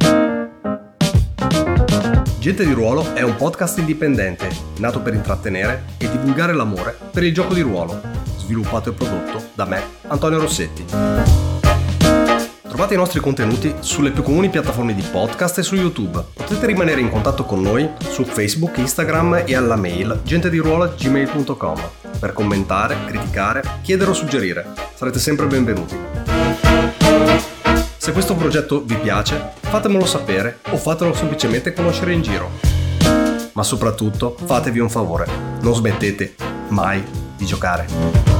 Gente di Ruolo è un podcast indipendente, nato per intrattenere e divulgare l'amore per il gioco di ruolo, sviluppato e prodotto da me, Antonio Rossetti. Trovate i nostri contenuti sulle più comuni piattaforme di podcast e su YouTube. Potete rimanere in contatto con noi su Facebook, Instagram e alla mail gentediruolo chiocciola gmail punto com per commentare, criticare, chiedere o suggerire. Sarete sempre benvenuti. Se questo progetto vi piace, fatemelo sapere o fatelo semplicemente conoscere in giro. Ma soprattutto fatevi un favore, non smettete mai di giocare.